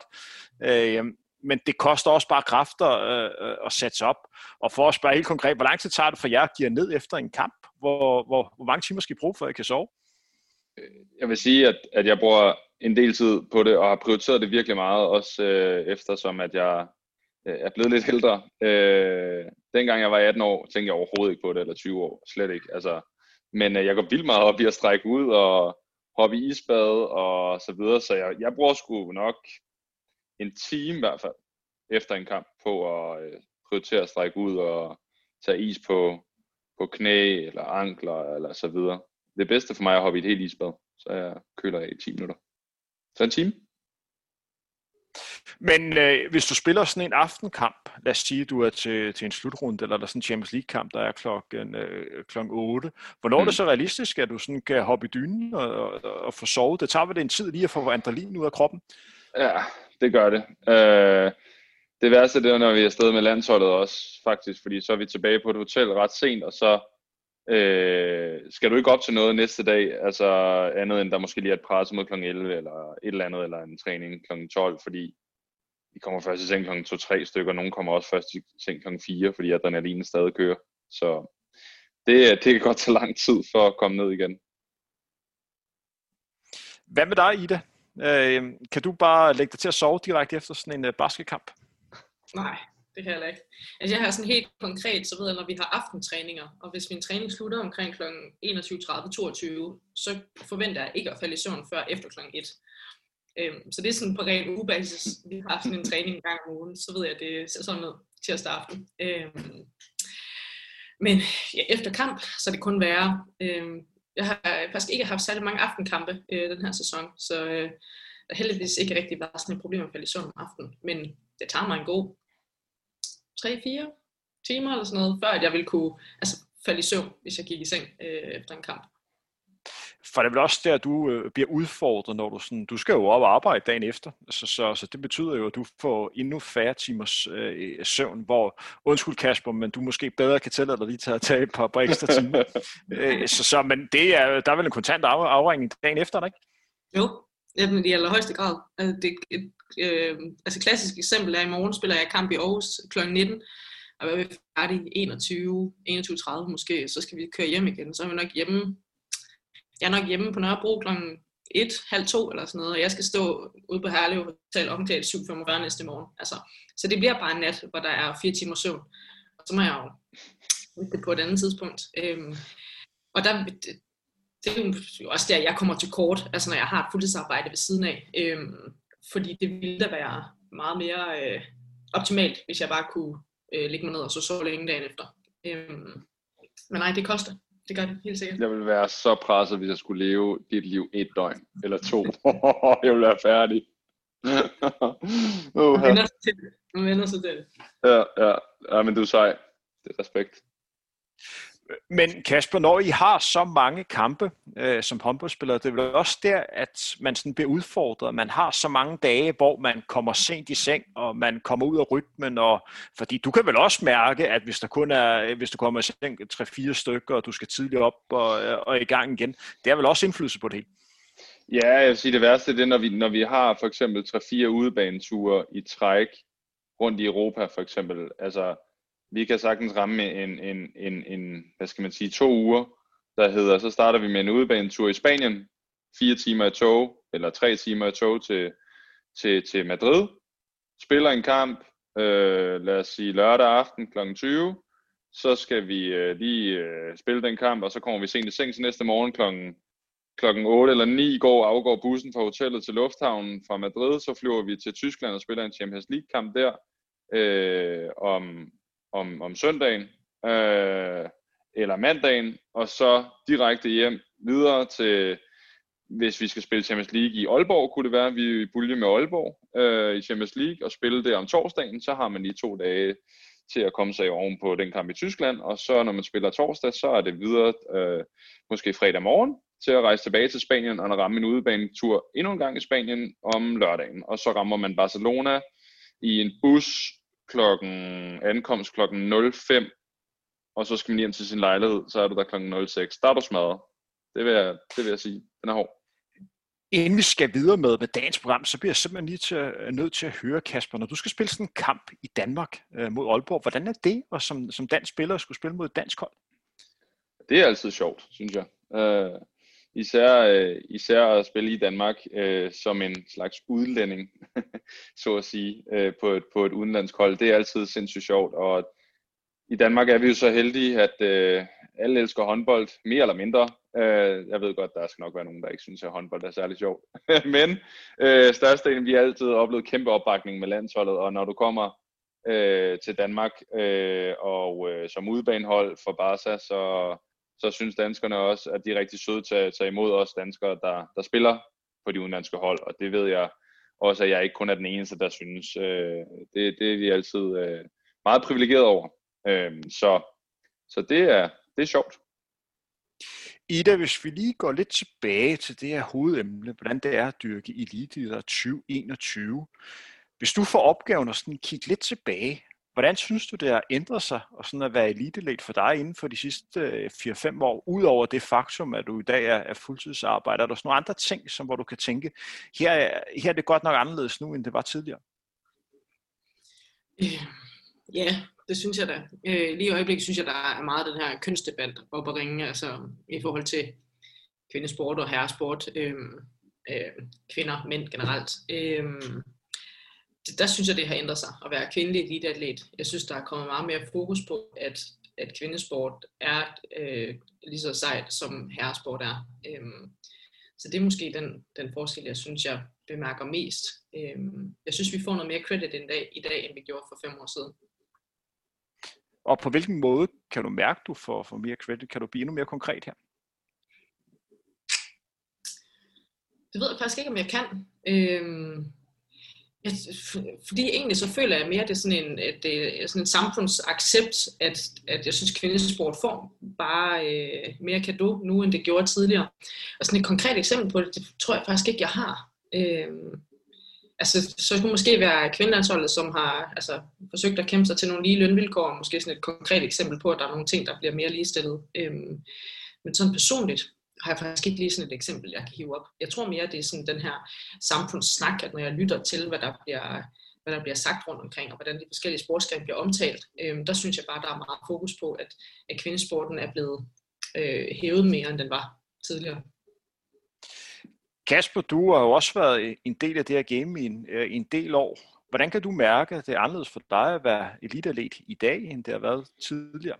Men det koster også bare kræfter at sætte sig op. Og for at spørge helt konkret, hvor lang tid tager det for jer at give ned efter en kamp? Hvor mange timer skal I bruge, for at I kan sove? Jeg vil sige, at jeg bruger en del tid på det, og har prioriteret det virkelig meget, også eftersom at jeg er blevet lidt ældre. Dengang jeg var 18 år, tænkte jeg overhovedet ikke på det, eller 20 år, slet ikke. Altså, men jeg går vildt meget op i at strække ud og hoppe i isbad og så videre, så jeg bruger sgu nok en time i hvert fald efter en kamp på at prioritere at strække ud og tage is på knæ eller ankler eller så videre. Det bedste for mig er at hoppe i et helt isbad, så jeg køler af i 10 minutter. Så en time. Men hvis du spiller sådan en aftenkamp, lad os sige, du er til en slutrunde, eller der er sådan en Champions League-kamp, der er klokken 8. Hvornår er det så realistisk, at du sådan kan hoppe i dynen og få sovet? Det tager vel en tid lige at få adrenalin ud af kroppen? Ja, det gør det. Det værste det er, når vi er afsted med landsholdet også, faktisk, fordi så er vi tilbage på et hotel ret sent, og så skal du ikke op til noget næste dag, altså andet end der måske lige er et pressemøde kl. 11 eller et eller andet, eller en træning kl. 12, fordi vi kommer først i seng kl. 2-3 stykker, og nogen kommer også først i seng kl. 4, fordi adrenalinen stadig kører. Så det kan godt tage lang tid for at komme ned igen. Hvad med dig, Ida? Kan du bare lægge dig til at sove direkte efter sådan en basketkamp? Nej, det kan jeg ikke. Altså jeg har sådan helt konkret, så ved jeg, når vi har aftentræninger, og hvis min træning slutter omkring kl. 21:30-22, så forventer jeg ikke at falde i søvn før efter kl. 1. Så det er sådan på ren ugebasis. Vi har sådan en træning en gang om ugen, så ved jeg, at det ser sådan noget tirsdag aften. Men ja, efter kamp, så er det kun værre. Jeg har faktisk ikke haft særlig mange aftenkampe den her sæson, så der heldigvis ikke rigtig været sådan et problem at falde i søvn om aftenen. Men det tager mig en god 3-4 timer eller sådan noget, før at jeg ville kunne falde i søvn, hvis jeg gik i seng efter en kamp. For det er vel også der, du bliver udfordret, når du skal jo op og arbejde dagen efter. Så det betyder jo, at du får endnu færre timers søvn, hvor, undskyld Kasper, men du måske bedre kan tillade dig lige til at tage et par ekstra timer. Men der er vel en kontant afregning dagen efter, ikke? Jo, i allerhøjeste grad. Altså klassisk eksempel er, i morgen spiller jeg kamp i Aarhus kl. 19, og jeg er færdig 21:30 måske, så skal vi køre hjem igen. Så er vi nok hjemme. Jeg er nok hjemme på Nørrebro kl. 1, halv 2 eller sådan noget, og jeg skal stå ude på Herlev Hotel omkring 7:45 næste morgen. Altså, så det bliver bare en nat, hvor der er 4 timer søvn. Og så må jeg jo det på et andet tidspunkt. Og det er jo også der, jeg kommer til kort, altså når jeg har et fuldtidsarbejde ved siden af. Fordi det ville da være meget mere optimalt, hvis jeg bare kunne ligge mig ned og så sove længe dagen efter. Men nej, det koster. Det gør det helt sikkert. Jeg vil være så presset, hvis jeg skulle leve dit liv 1 døgn eller 2. Jeg vil være færdig. Man vender sig til det. Ja, men du er sej. Det er respekt. Men Kasper, når I har så mange kampe som håndboldspiller, det er vel også der, at man sådan bliver udfordret. Man har så mange dage, hvor man kommer sent i seng, og man kommer ud af rytmen. Fordi du kan vel også mærke, at hvis du kommer i seng 3-4 stykker, og du skal tidligt op og i gang igen, det er vel også indflydelse på det hele? Ja, jeg vil sige, det værste det er, når vi har for eksempel 3-4 udebaneture i træk rundt i Europa for eksempel. Altså, vi kan sagtens ramme en hvad skal man sige, 2 uger, så starter vi med en udebanetur i Spanien, 4 timer i tog, eller 3 timer i tog til Madrid, spiller en kamp, lad os sige lørdag aften kl. 20, så skal vi lige spille den kamp, og så kommer vi sent i seng til næste morgen klokken 8 eller 9 afgår bussen fra hotellet til lufthavnen fra Madrid, så flyver vi til Tyskland og spiller en Champions League kamp der om søndagen eller mandagen, og så direkte hjem videre til, hvis vi skal spille Champions League i Aalborg, kunne det være, vi pulje med Aalborg i Champions League og spille det om torsdagen, så har man lige 2 dage til at komme sig oven på den kamp i Tyskland, og så når man spiller torsdag, så er det videre måske fredag morgen til at rejse tilbage til Spanien og ramme en udebanetur endnu en gang i Spanien om lørdagen, og så rammer man Barcelona i en bus ankomst klokken 05, og så skal man hjem til sin lejlighed, så er du der klokken 06. Der er du smadret. Det vil jeg sige. Den er hård. Inden vi skal videre med dagens program, så bliver jeg simpelthen nødt til at høre, Kasper, når du skal spille sådan en kamp i Danmark mod Aalborg, hvordan er det, og som dansk spiller skulle spille mod et dansk hold? Det er altid sjovt, synes jeg. især at spille i Danmark som en slags udlænding, så at sige, på et udenlandsk hold. Det er altid sindssygt sjovt, og i Danmark er vi jo så heldige, at alle elsker håndbold, mere eller mindre. Jeg ved godt, der skal nok være nogen, der ikke synes, at håndbold er særlig sjovt. Men størstedelen, vi har altid oplevet kæmpe opbakning med landsholdet, og når du kommer til Danmark og som udebanehold for Barca, så synes danskerne også, at de er rigtig søde til at tage imod os danskere, der spiller på de udenlandske hold, og det ved jeg også, at jeg ikke kun er den eneste, der synes. Det er vi altid meget privilegeret over. Så det er sjovt. Ida, hvis vi lige går lidt tilbage til det her hovedemne, hvordan det er at dyrke eliteidræt 2021. Hvis du får opgaven at sådan kigge lidt tilbage, hvordan synes du, det har ændret sig og sådan at være eliteatlet for dig inden for de sidste 4-5 år, udover det faktum, at du i dag er fuldtidsarbejder? Er der sådan nogle andre ting, hvor du kan tænke, her er det godt nok anderledes nu, end det var tidligere? Ja, det synes jeg da. Lige i øjeblikket synes jeg, der er meget den her kønsdebat op at ringe, altså i forhold til kvindesport og herresport, kvinder, mænd generelt. Der synes jeg, det har ændret sig at være kvindelig eliteatlet. Jeg synes, der er kommet meget mere fokus på, at kvindesport er lige så sejt, som herresport er. Så det er måske den forskel, jeg synes, jeg bemærker mest. Jeg synes, vi får noget mere credit i dag, end vi gjorde for 5 år siden. Og på hvilken måde kan du mærke, du får mere credit? Kan du blive endnu mere konkret her? Det ved jeg faktisk ikke, om jeg kan. Fordi egentlig så føler jeg mere, at det er sådan en samfundsaccept, at jeg synes, kvindesport får bare mere cadeau nu, end det gjorde tidligere. Og sådan et konkret eksempel på det tror jeg faktisk ikke, jeg har. Så kunne måske være kvindelandsholdet, som har forsøgt at kæmpe sig til nogle lige lønvilkår, og måske sådan et konkret eksempel på, at der er nogle ting, der bliver mere ligestillet. Men sådan personligt har jeg faktisk ikke lige sådan et eksempel, jeg kan hive op. Jeg tror mere, det er sådan den her samfundssnak, at når jeg lytter til, hvad der bliver sagt rundt omkring, og hvordan de forskellige sportsgrene bliver omtalt, der synes jeg bare, der er meget fokus på, at kvindesporten er blevet hævet mere, end den var tidligere. Kasper, du har jo også været en del af det her game i en del år. Hvordan kan du mærke, at det er anderledes for dig at være eliteatlet i dag, end det har været tidligere?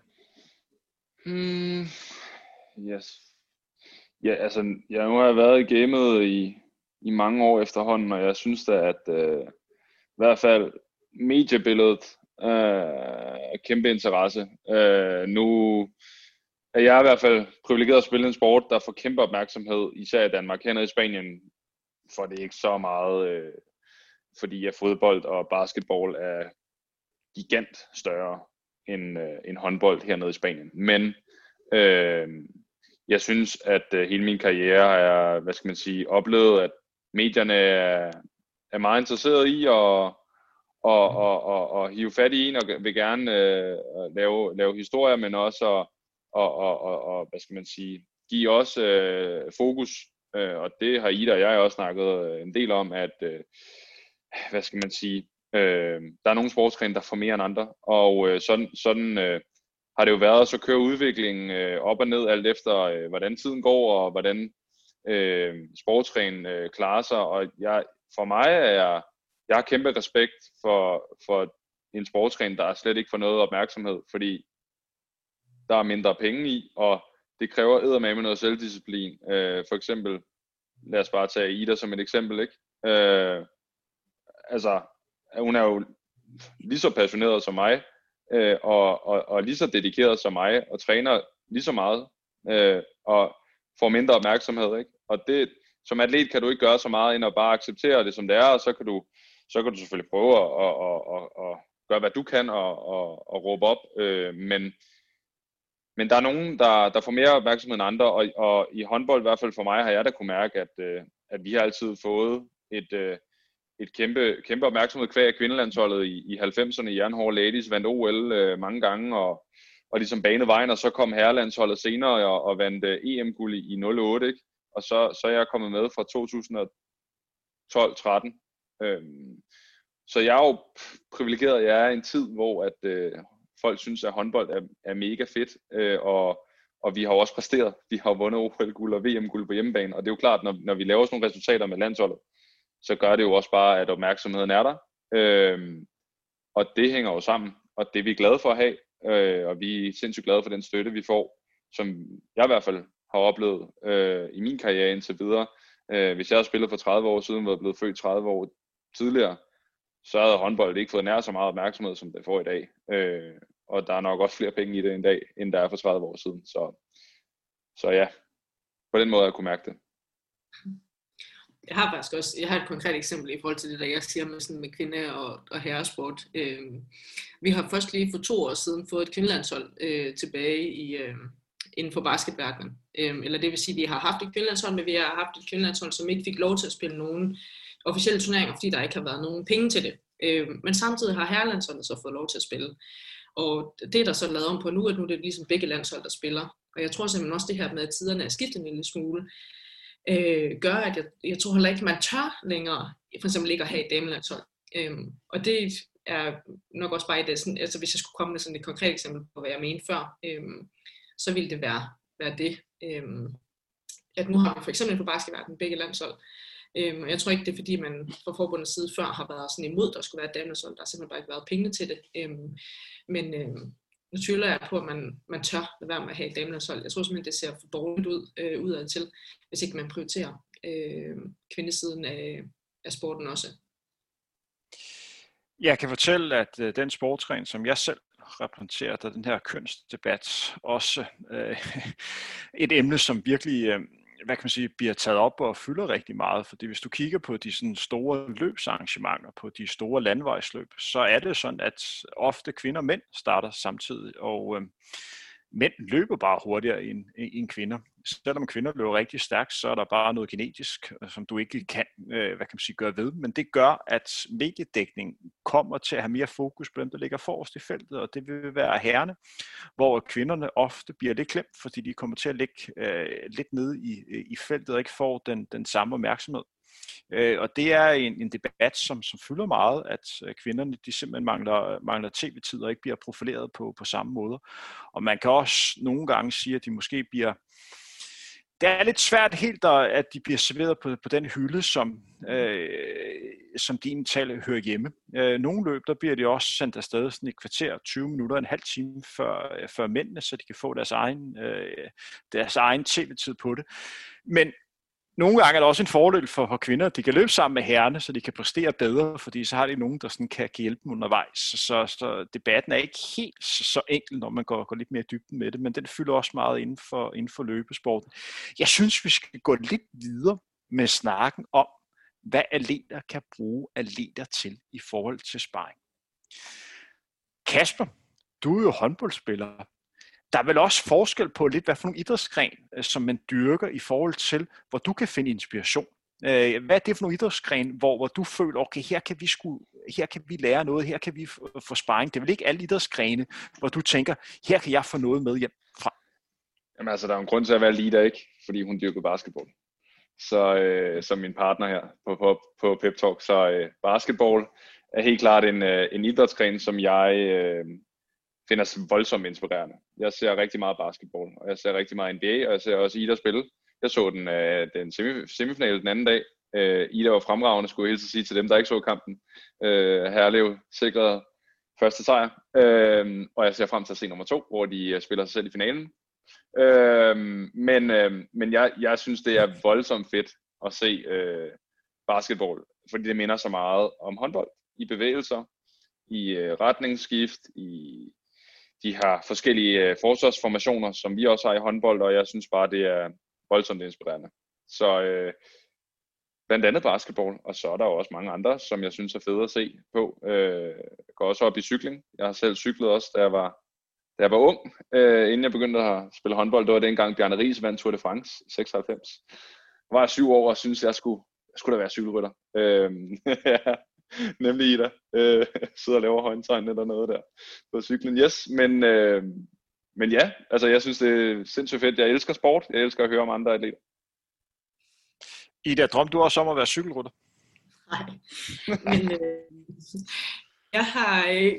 Yes. Ja, altså, nu har jeg været i gamet i mange år efterhånden, og jeg synes da, at i hvert fald mediebilledet er kæmpe interesse. Nu er jeg i hvert fald privilegeret at spille en sport, der får kæmpe opmærksomhed, især i Danmark. Hernede i Spanien får det ikke så meget, fordi at fodbold og basketball er gigant større end håndbold hernede i Spanien. Men jeg synes, at hele min karriere har jeg, oplevet, at medierne er meget interesseret i at hive fat i en og vil gerne lave historier, men også give os fokus. Og det har Ida og jeg også snakket en del om, at der er nogle sportsgrene, der får mere end andre, og sådan har det jo været, så kører udviklingen op og ned, alt efter hvordan tiden går, og hvordan sportsgrenen klarer sig. Og jeg har kæmpe respekt for en sportsgren, der slet ikke får noget opmærksomhed, fordi der er mindre penge i, og det kræver eddermame noget selvdisciplin. For eksempel, lad os bare tage Ida som et eksempel, ikke? Hun er jo lige så passioneret som mig, og lige så dedikeret som mig, og træner lige så meget, og får mindre opmærksomhed, ikke? Og det, som atlet kan du ikke gøre så meget, end at bare acceptere det, som det er, og så kan du selvfølgelig prøve at gøre, hvad du kan, og råbe op, men der er nogen, der får mere opmærksomhed end andre, og i håndbold, i hvert fald for mig, har jeg da kunne mærke, at vi har altid fået et kæmpe opmærksomhed kvæg af kvindelandsholdet i 90'erne. Jernhårde Ladies vandt OL mange gange, og ligesom banede vejen, og så kom herrelandsholdet senere og vandt EM-guld i 08, ikke? Og så er jeg kommet med fra 2012-13. Så jeg er jo privilegeret, jeg er i en tid, hvor at folk synes, at håndbold er mega fedt, Og vi har også præsteret. Vi har vundet OL-guld og VM-guld på hjemmebane. Og det er jo klart, når vi laver sådan nogle resultater med landsholdet, så gør det jo også bare, at opmærksomheden er der. Og det hænger jo sammen. Og det er vi glade for at have. Og vi er sindssygt glade for den støtte, vi får, som jeg i hvert fald har oplevet i min karriere indtil videre. Hvis jeg havde spillet for 30 år siden, var jeg blevet født 30 år tidligere, så havde håndbold ikke fået nær så meget opmærksomhed, som det får i dag. Og der er nok også flere penge i det en dag, end der er for 30 år siden. Så ja, på den måde jeg kunne mærke det. Jeg har faktisk også et konkret eksempel i forhold til det, der jeg siger med kvinde- og herresport. Vi har først lige for 2 år siden fået et kvindelandshold tilbage inden for basketverdenen. Eller det vil sige, at vi har haft et kvindelandshold, men vi har haft et kvindelandshold, som ikke fik lov til at spille nogen officielle turneringer, fordi der ikke har været nogen penge til det. Men samtidig har herrelandsholdet så fået lov til at spille. Og det er der så lavet om på nu, at nu er det ligesom begge landshold, der spiller. Og jeg tror simpelthen også det her med, at tiderne er skiftet en lille smule, gør, at jeg tror heller ikke, man tør længere, for eksempel ikke at have et damelandshold. Og det er nok også bare det, sådan, altså hvis jeg skulle komme med sådan et konkret eksempel på, hvad jeg mente før, så ville det være det. At nu har vi for eksempel på basketverdenen begge landshold. Og jeg tror ikke, det er fordi, man fra forbundets side før har været sådan imod, der skulle være et damelandshold. Der har simpelthen bare ikke været penge til det. Men nu tvivler jeg på, at man tør lade være med at have et damelandshold. Jeg tror simpelthen, det ser for dårligt ud udadtil, hvis ikke man prioriterer kvindesiden af sporten også. Jeg kan fortælle, at den sportsgren, som jeg selv repræsenterer, der den her kønsdebat, også et emne, som virkelig hvad kan man sige, bliver taget op og fylder rigtig meget. Fordi hvis du kigger på de sådan store løbsarrangementer, på de store landevejsløb, så er det sådan, at ofte kvinder og mænd starter samtidig, og mænd løber bare hurtigere end kvinder. Selvom kvinder løber rigtig stærkt, så er der bare noget genetisk, som du ikke kan, hvad kan man sige, gøre ved. Men det gør, at mediedækning kommer til at have mere fokus på dem, der ligger forrest i feltet, og det vil være herrerne, hvor kvinderne ofte bliver lidt klemt, fordi de kommer til at ligge lidt nede i feltet og ikke får den samme opmærksomhed. Og det er en debat, som fylder meget, at kvinderne de simpelthen mangler tv-tid og ikke bliver profileret på samme måde. Og man kan også nogle gange sige, at de måske bliver... Det er lidt svært helt, at de bliver serveret på den hylde, som din tale hører hjemme. Nogle løb, der bliver de også sendt afsted sådan et kvarter, 20 minutter, en halv time før mændene, så de kan få deres egen tv-tid på det. Men nogle gange er der også en fordel for kvinder, at de kan løbe sammen med herrerne, så de kan præstere bedre, fordi så har de nogen, der sådan kan hjælpe dem undervejs. Så debatten er ikke helt så enkel, når man går lidt mere i dybden med det, men den fylder også meget inden for løbesporten. Jeg synes, vi skal gå lidt videre med snakken om, hvad atleter kan bruge atleter til i forhold til sparring. Kasper, du er jo håndboldspiller. Der er vel også forskel på lidt, hvad for nogle idrætsgren, som man dyrker i forhold til, hvor du kan finde inspiration. Hvad er det for nogle idrætsgren, hvor du føler, okay, her kan vi lære noget, her kan vi få sparring. Det er vel ikke alle idrætsgrene, hvor du tænker, her kan jeg få noget med hjem fra. Jamen altså, der er en grund til at være leader, ikke? Fordi hun dyrker basketball. Så som min partner her på Pep Talk, så basketball er helt klart en idrætsgren, som jeg finder voldsomt inspirerende. Jeg ser rigtig meget basketball, og jeg ser rigtig meget NBA, og jeg ser også Ida spille. Jeg så den semifinale den anden dag. Ida var fremragende, skulle jeg hilse at sige til dem, der ikke så kampen. Herlev sikrede første sejr, og jeg ser frem til at se nummer 2, hvor de spiller sig selv i finalen. Men jeg synes, det er voldsomt fedt at se basketball, fordi det minder så meget om håndbold i bevægelser, i retningsskift, de har forskellige forsvarsformationer, som vi også har i håndbold, og jeg synes bare, det er voldsomt inspirerende. Så blandt andet basketball, og så er der også mange andre, som jeg synes er fede at se på. Jeg går også op i cykling. Jeg har selv cyklet også, da jeg var ung, inden jeg begyndte at spille håndbold. Det var dengang Bjarne Riis vandt Tour de France 96. Jeg var 7 år og synes jeg skulle da være cykelrytter. Ja. Nemlig Ida, sidder og laver håndtegn eller noget der på cyklen, yes, men ja, altså jeg synes det er sindssygt fedt, jeg elsker sport, jeg elsker at høre om andre atleter. Ida, drømte du også om at være cykelrytter? Nej, men jeg har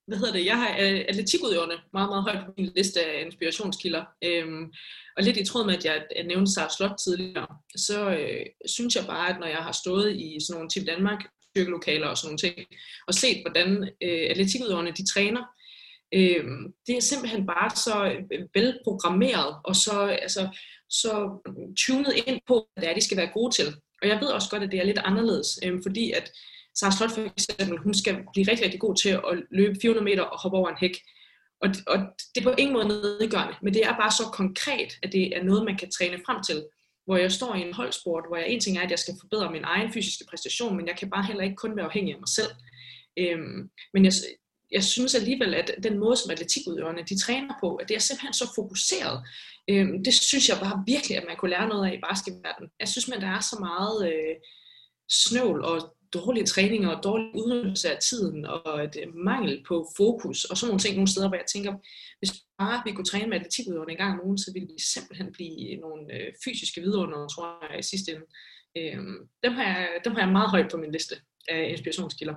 Jeg har atletikudøverne meget, meget højt på min liste af inspirationskilder. Og lidt i tråd med, at jeg nævnte Sara Slot tidligere, så synes jeg bare, at når jeg har stået i sådan nogle Team Danmark styrkelokaler og sådan nogle ting, og set, hvordan atletikudøverne de træner, det er simpelthen bare så velprogrammeret, og så tunet ind på, hvad det er, de skal være gode til. Og jeg ved også godt, at det er lidt anderledes, fordi at Sara Slot for eksempel, hun skal blive rigtig, rigtig god til at løbe 400 meter og hoppe over en hæk. Og det er på ingen måde nedgørende, men det er bare så konkret, at det er noget, man kan træne frem til. Hvor jeg står i en holdsport, hvor en ting er, at jeg skal forbedre min egen fysiske præstation, men jeg kan bare heller ikke kun være afhængig af mig selv. Men jeg synes alligevel, at den måde, som atletikudøverne de træner på, at det er simpelthen så fokuseret. Det synes jeg bare virkelig, at man kunne lære noget af i basketverdenen. Jeg synes, at der er så meget snøvl og dårlige træninger og dårlig udnyttelse af tiden og et mangel på fokus og sådan nogle ting nogle steder, hvor jeg tænker, hvis bare vi kunne træne med atletikudøverne en gang om ugen, så ville vi simpelthen blive nogle fysiske vidunder, tror jeg, i sidste ende. Dem har jeg meget højt på min liste af inspirationskilder.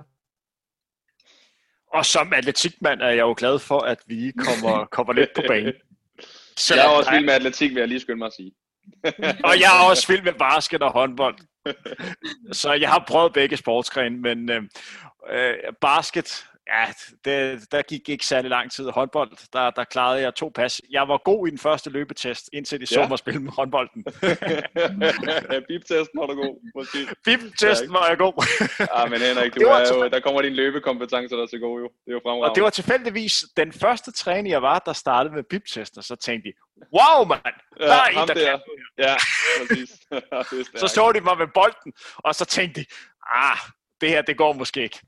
Og som atletikmand er jeg jo glad for, at vi kommer lidt på banen. Jeg er også vild med atletik, vil jeg lige skynde mig at sige. Og jeg er også vild med basket og håndbold. Så jeg har prøvet begge sportsgrene, men basket, ja, der gik ikke særlig lang tid. Håndbold, der klarede jeg 2 pas. Jeg var god i den første løbetest, indtil de så mig spille med håndbolden. Bip-testen var du god, måske. Bip-testen var jeg god. Men Henrik, der kommer din løbekompetencer der til gode jo. Det er jo fremragende. Og det var tilfældigvis den første træning, jeg var, der startede med bip-testen, så tænkte de, wow mand, der er en, der kan. Ja, præcis. Så så de mig med bolden, og så tænkte de, det her, det går måske ikke.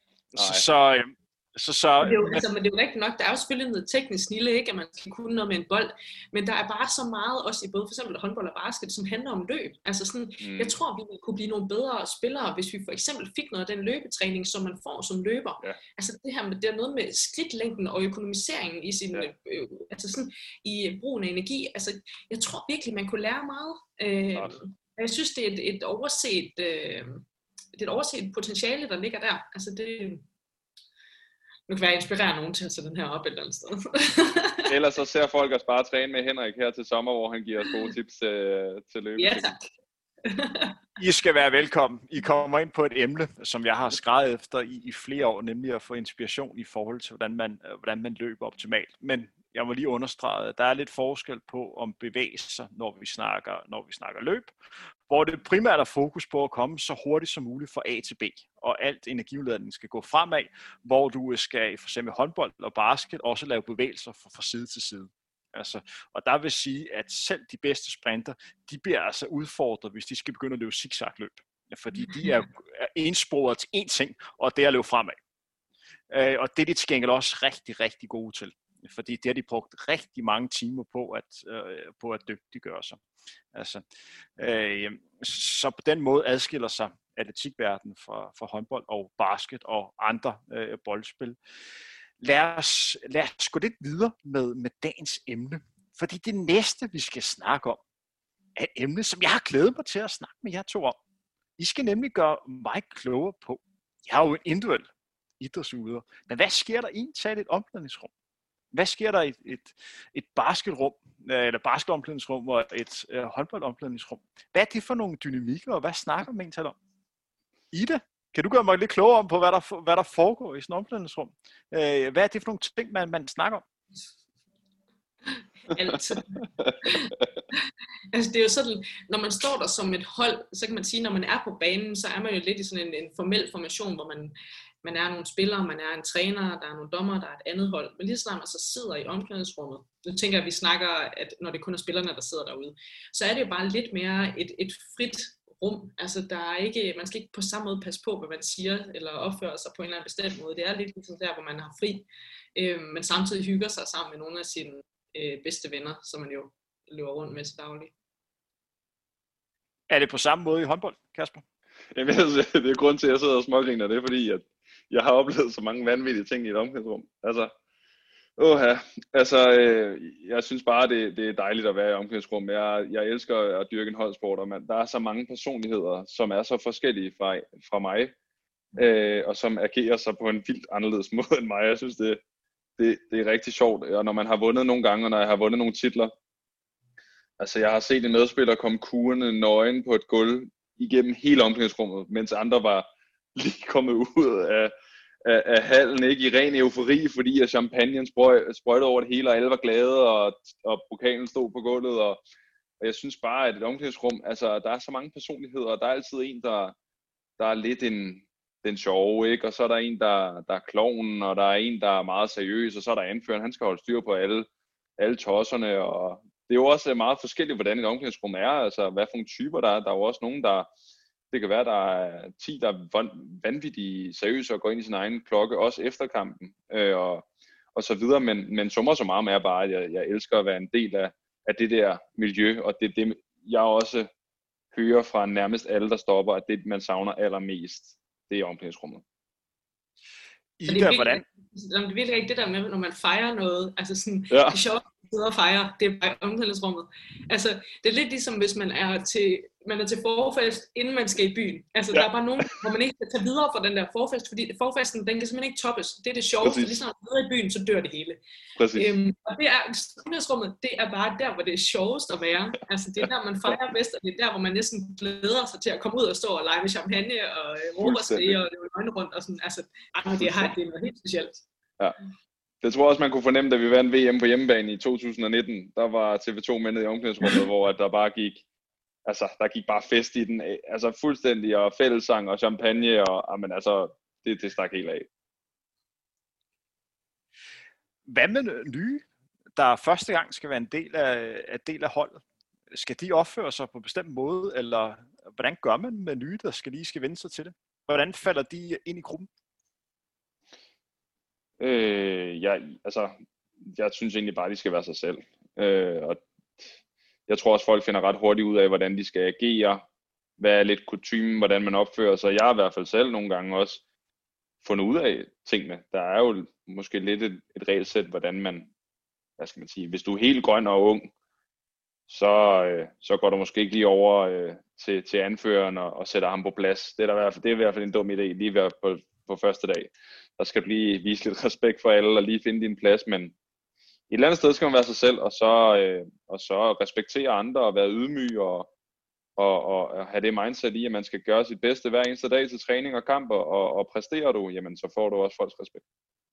Men det er jo rigtigt nok, der er jo selvfølgelig noget teknisk snille, ikke, at man skal kunne noget med en bold, men der er bare så meget også i både for eksempel håndbold og basket, som handler om løb. Altså sådan, jeg tror, vi ville kunne blive nogle bedre spillere, hvis vi for eksempel fik noget af den løbetræning, som man får som løber. Ja. Altså det her med, det er noget med skridtlængden og økonomiseringen i sin, altså sådan i brugen af energi. Altså jeg tror virkelig, man kunne lære meget. Jeg synes, det er et overset potentiale, der ligger der. Altså det nu kan jeg inspirere nogen til at sætte den her op et eller andet sted. Ellers så ser folk os bare træne med Henrik her til sommer, hvor han giver os gode tips til løbet. Ja, tak. I skal være velkommen. I kommer ind på et emne, som jeg har skrevet efter i flere år, nemlig at få inspiration i forhold til, hvordan man løber optimalt. Men jeg må lige understrege, at der er lidt forskel på om bevægelser, når vi snakker løb, hvor det primært er fokus på at komme så hurtigt som muligt fra A til B, og alt energiudladning skal gå fremad, hvor du skal for eksempel håndbold og basket også lave bevægelser fra side til side. Altså, og der vil sige, at selv de bedste sprinter, de bliver altså udfordret, hvis de skal begynde at løbe zigzag-løb, fordi de er ensporet til én ting, og det er at løbe fremad. Og det er de til gengæld også rigtig, rigtig gode til. Fordi det har de brugt rigtig mange timer på at dygtiggøre sig. Altså, så på den måde adskiller sig atletikverdenen fra håndbold og basket og andre boldspil. Lad os gå lidt videre med dagens emne. Fordi det næste, vi skal snakke om, er et emne, som jeg har glædet mig til at snakke med jer to om. I skal nemlig gøre mig klogere på. Jeg er jo en individuel idrætsudøver. Men hvad sker der egentlig i et omklædningsrum? Hvad sker der i et basketrum, eller basketomklædningsrum og et håndboldomklædningsrum? Hvad er det for nogle dynamikker, og hvad snakker man egentlig om? Ida, kan du gøre mig lidt klogere om på, hvad der foregår i sådan et omklædningsrum? Hvad er det for nogle ting, man snakker om? Altid. Altså det er jo sådan, når man står der som et hold, så kan man sige, når man er på banen, så er man jo lidt i sådan en formel formation, hvor man er nogle spillere, man er en træner, der er nogle dommer, der er et andet hold. Men lige så snart man så sidder i omklædningsrummet, nu tænker jeg, at vi snakker, at når det kun er spillerne, der sidder derude, så er det jo bare lidt mere et frit rum. Altså der er ikke, man skal ikke på samme måde passe på, hvad man siger, eller opfører sig på en eller anden bestemt måde. Det er lidt ligesom der, hvor man har fri, men samtidig hygger sig sammen med nogle af sine bedste venner, som man jo løber rundt med til daglig. Er det på samme måde i håndbold, Kasper? Jamen, det er grund til, at jeg sidder og smågriner, det er fordi, at jeg har oplevet så mange vanvittige ting i et omklædningsrum. Jeg synes bare, det er dejligt at være i omklædningsrum. Jeg elsker at dyrke en holdsport, og der er så mange personligheder, som er så forskellige fra mig, og som agerer sig på en vildt anderledes måde end mig. Jeg synes, det det er rigtig sjovt, og når man har vundet nogle gange, og når jeg har vundet nogle titler, altså jeg har set en medspiller komme kurende nøgen på et gulv igennem hele omklædningsrummet, mens andre var lige kommet ud af hallen, ikke, i ren eufori, fordi at champagnen sprøjtede over det hele, og alle var glade, og pokalen stod på gulvet, og jeg synes bare, at et omklædningsrum, altså der er så mange personligheder, og der er altid en, der er lidt den sjove, ikke? Og så er der en, der er klovnen, og der er en, der er meget seriøs, og så er der anføreren, han skal holde styr på alle tosserne, og det er jo også meget forskelligt, hvordan et omklædningsrum er, altså hvad for nogle typer der er. Der er jo også nogen, det kan være, der er 10, der er vanvittigt seriøse og går ind i sin egen klokke, også efter kampen, og så videre, men summer så meget med er bare, at jeg elsker at være en del af det der miljø, og det jeg også hører fra nærmest alle, der stopper, at det, man savner allermest, det er omklædningsrummet. Ida, hvordan? Det er virkelig ikke det der med, når man fejrer noget, altså sådan, Ja. det sjovt at fejre, det er bare omklædningsrummet. Altså, det er lidt ligesom, hvis man er til forfest, inden man skal i byen. Altså, der er bare nogen, hvor man ikke kan tage videre fra den der forfest, fordi forfesten, den kan simpelthen ikke toppes. Det er det sjoveste. Lige snart man er i byen, så dør det hele. Og det er, omklædningsrummet, det er bare der, hvor det er sjovest at være. Altså, det er der, man fejrer bedst, og det er der, hvor man næsten glæder sig til at komme ud og stå og lege med champagne, og råbe og skrige, og løbe øjne rundt, og sådan. Altså, det er noget helt specielt. Ja. Det tror jeg også, man kunne fornemme, da vi vandt VM på hjemmebane i 2019. Der var TV2 med nede i omklædningsrummet, hvor der bare gik, altså der gik bare fest i den, altså fuldstændig, og fællessang og champagne, og men altså, det stak helt af. Hvad med nye, der første gang skal være en del af holdet? Skal de opføre sig på en bestemt måde, eller hvordan gør man med nye, der skal vende sig til det? Hvordan falder de ind i gruppen? Jeg synes egentlig bare, de skal være sig selv. Og jeg tror også, folk finder ret hurtigt ud af, hvordan de skal agere. Hvad er lidt kutymen, hvordan man opfører sig. Jeg har i hvert fald selv nogle gange også fundet ud af tingene. Der er jo måske lidt et regelsæt, hvordan man, hvad skal man sige, hvis du er helt grøn og ung, så går du måske ikke lige over til anføreren og sætter ham på plads. Det er i hvert fald en dum idé, lige på første dag. Der skal du lige vise lidt respekt for alle og lige finde din plads, men et eller andet sted skal man være sig selv, og så respektere andre og være ydmyg og have det mindset i, at man skal gøre sit bedste hver eneste dag til træning og kamp, og præsterer du, jamen så får du også folks respekt.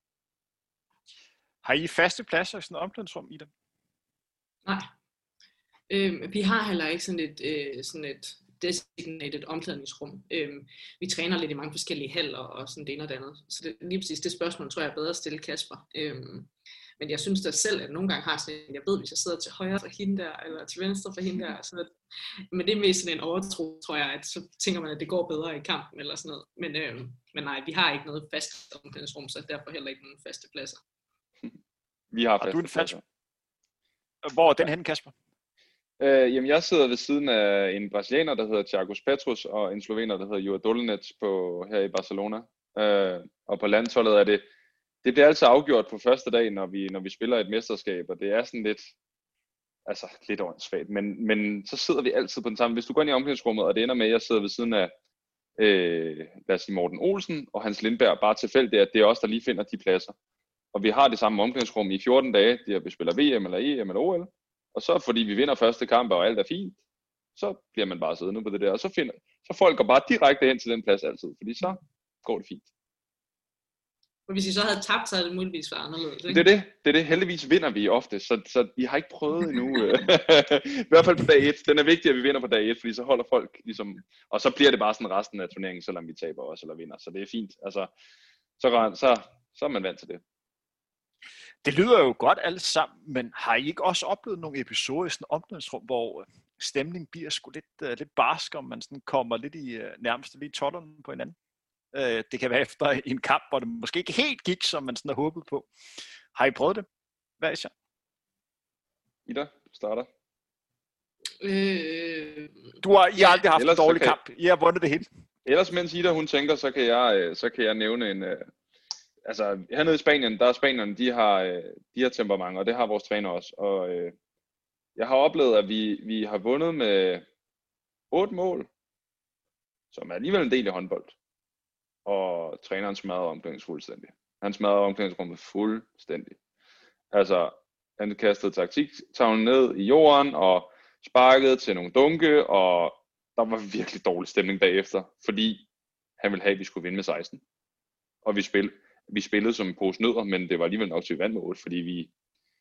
Har I faste pladser i sådan et omklædningsrum, Ida? Nej. Vi har heller ikke sådan et designated omklædningsrum. Vi træner lidt i mange forskellige haller og sådan det ene og det andet. Så det, lige præcis det spørgsmål, tror jeg er bedre at stille Kasper. Men jeg synes da selv, at nogle gange har sådan en, jeg ved, hvis jeg sidder til højre for hende der, eller til venstre for hende der, sådan men det er mest sådan en overtro, tror jeg, at så tænker man, at det går bedre i kampen, eller sådan noget. Men nej, vi har ikke noget fast omklædningsrum, så derfor heller ikke nogen faste pladser. Vi har faste pladser. Hvor er den henne, Kasper? Jamen, jeg sidder ved siden af en brasilianer, der hedder Thiago Petrus, og en slovener, der hedder Jure Dolenec her i Barcelona. Og på landsholdet er det bliver altid afgjort på første dag, når vi spiller et mesterskab, og det er sådan lidt åndssvagt. Men så sidder vi altid på den samme. Hvis du går ind i omklædningsrummet, og det ender med, at jeg sidder ved siden af lad os sige Morten Olsen og Hans Lindberg, bare tilfældigt, at det er os, der lige finder de pladser. Og vi har det samme omklædningsrum i 14 dage, der vi spiller VM eller EM eller OL. Og så fordi vi vinder første kamp, og alt er fint, så bliver man bare siddende på det der. Og så folk går bare direkte hen til den plads altid, fordi så går det fint. Og hvis I så havde tabt, så havde det muligvis været anderledes, ikke? Det er det. Heldigvis vinder vi ofte, så vi har ikke prøvet endnu. I hvert fald på dag 1. Den er vigtig, at vi vinder på dag 1, fordi så holder folk ligesom. Og så bliver det bare sådan resten af turneringen, selvom vi taber også eller vinder. Så det er fint. Altså, så er man vant til det. Det lyder jo godt alle sammen, men har I ikke også oplevet nogle episoder i sådan et omklædningsrum, hvor stemningen bliver sgu lidt barsk, og man sådan kommer lidt i nærmest lige totterne på hinanden? Det kan være efter en kamp, hvor det måske ikke helt gik, som man sådan har håbet på. Har I prøvet det? Hvad er det så? Ida, du starter. I har aldrig haft en dårlig kamp. I har vundet det hele. Ellers mens Ida hun tænker, så kan jeg nævne en. Altså hernede i Spanien, der er spanierne, de har temperament, og det har vores træner også. Og jeg har oplevet, at vi har vundet med 8 mål, som er alligevel en del i håndbold. Og træneren smadrer omklædningen fuldstændig. Han smadrede omklædningsrummet fuldstændig. Altså, han kastede taktiktavlen ned i jorden, og sparkede til nogle dunke, og der var virkelig dårlig stemning bagefter, fordi han ville have, at vi skulle vinde med 16. Og vi spillede som en pose nødder, men det var alligevel nok til at vinde med 8, fordi vi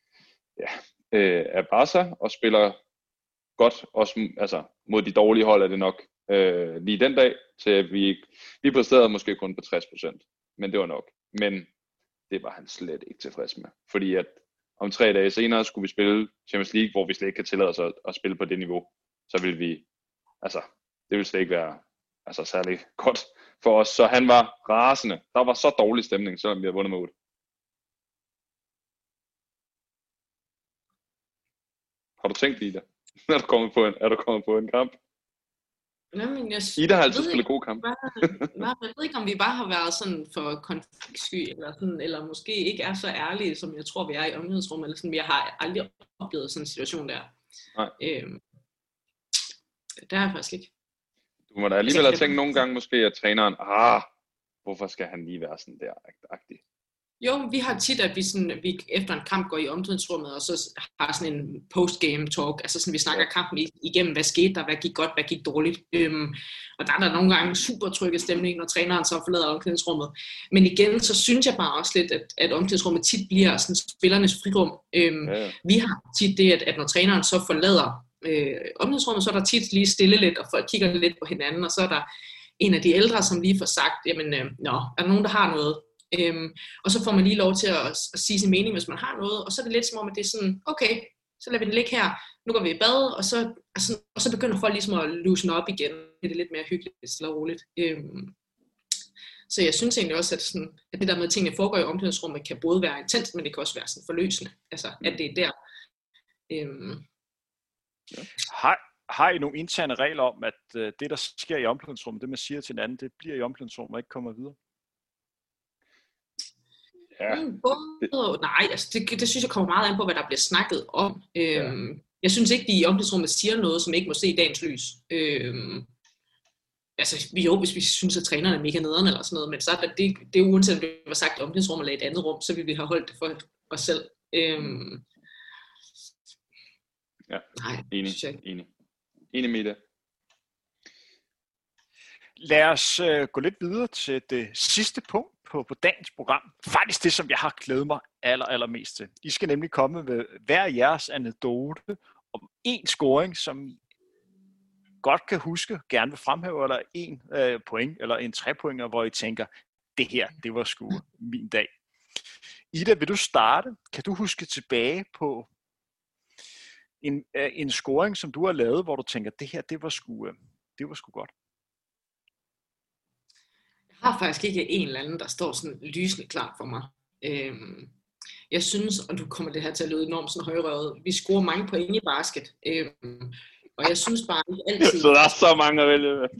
er Barca og spiller godt, også altså, mod de dårlige hold er det nok lige den dag, til at vi præsterede måske kun på 60%, men det var nok. Men det var han slet ikke tilfreds med, fordi at om 3 dage senere skulle vi spille Champions League, hvor vi slet ikke kan tillade os at spille på det niveau. Så ville vi, altså, det ville slet ikke være særlig godt for os. Så han var rasende. Der var så dårlig stemning, selvom vi havde vundet med 8. Har du tænkt i det? Er du kommet på en kamp? Jamen, Ida har altid spillet god kamp. Jeg ved ikke, om vi bare har været sådan for konfliktsky, eller måske ikke er så ærlige, som jeg tror, vi er i omklædningsrummet, eller sådan. Jeg har aldrig oplevet sådan en situation der. Nej. Det har jeg faktisk ikke. Du må da alligevel have tænkt nogle gange måske, at træneren, hvorfor skal han lige være sådan der-agtig? Jo, vi har tit, at vi efter en kamp går i omklædningsrummet, og så har sådan en post-game talk, altså sådan, vi snakker kampen igennem, hvad skete der, hvad gik godt, hvad gik dårligt. Og der er der nogle gange super trygge stemning, når træneren så forlader omklædningsrummet. Men igen, så synes jeg bare også lidt, at omklædningsrummet tit bliver sådan spillernes frirum. Vi har tit det, at når træneren så forlader omklædningsrummet, så er der tit lige stille lidt, og folk kigger lidt på hinanden, og så er der en af de ældre, som lige får sagt, jamen, er der nogen, der har noget? Og så får man lige lov til at sige sin mening, hvis man har noget, og så er det lidt som om, at det er sådan, okay, så lader vi den ligge her, nu går vi i bad, og så begynder folk ligesom at loosen op igen, det er lidt mere hyggeligt, stille og roligt. Så jeg synes egentlig også, at det der med, at tingene foregår i omklædningsrummet, kan både være intenst, men det kan også være sådan forløsende, altså at det er der. Har I nogle interne regler om, at det, der sker i omklædningsrummet, det man siger til hinanden, det bliver i omklædningsrummet og ikke kommer videre? Ja. Nej, altså det synes jeg kommer meget an på, hvad der bliver snakket om. Jeg synes ikke, de i omklædningsrummet siger noget, som ikke må se dagens lys. Hvis vi synes, at træneren er mega nederen eller sådan noget, men så er det er uanset om det var sagt i omklædningsrummet eller i et andet rum, så vil vi have holdt det for os selv. Nej, enig med det. Lad os gå lidt videre til det sidste punkt på dagens program. Faktisk det, som jeg har glædet mig allermest til. I skal nemlig komme med hver jeres anekdote om en scoring, som godt kan huske, gerne vil fremhæve, eller en point, eller en 3-pointer, hvor I tænker, det her, det var sgu min dag. Ida, vil du starte? Kan du huske tilbage på en scoring, som du har lavet, hvor du tænker, det her, det var sgu godt? Jeg har faktisk ikke en eller anden, der står sådan lysende klart for mig. Jeg synes, og du kommer det her til at lyde enormt sådan højrøvet, vi scorer mange point i basket. Og jeg synes bare ikke altid... Så der er så mange at vælge med.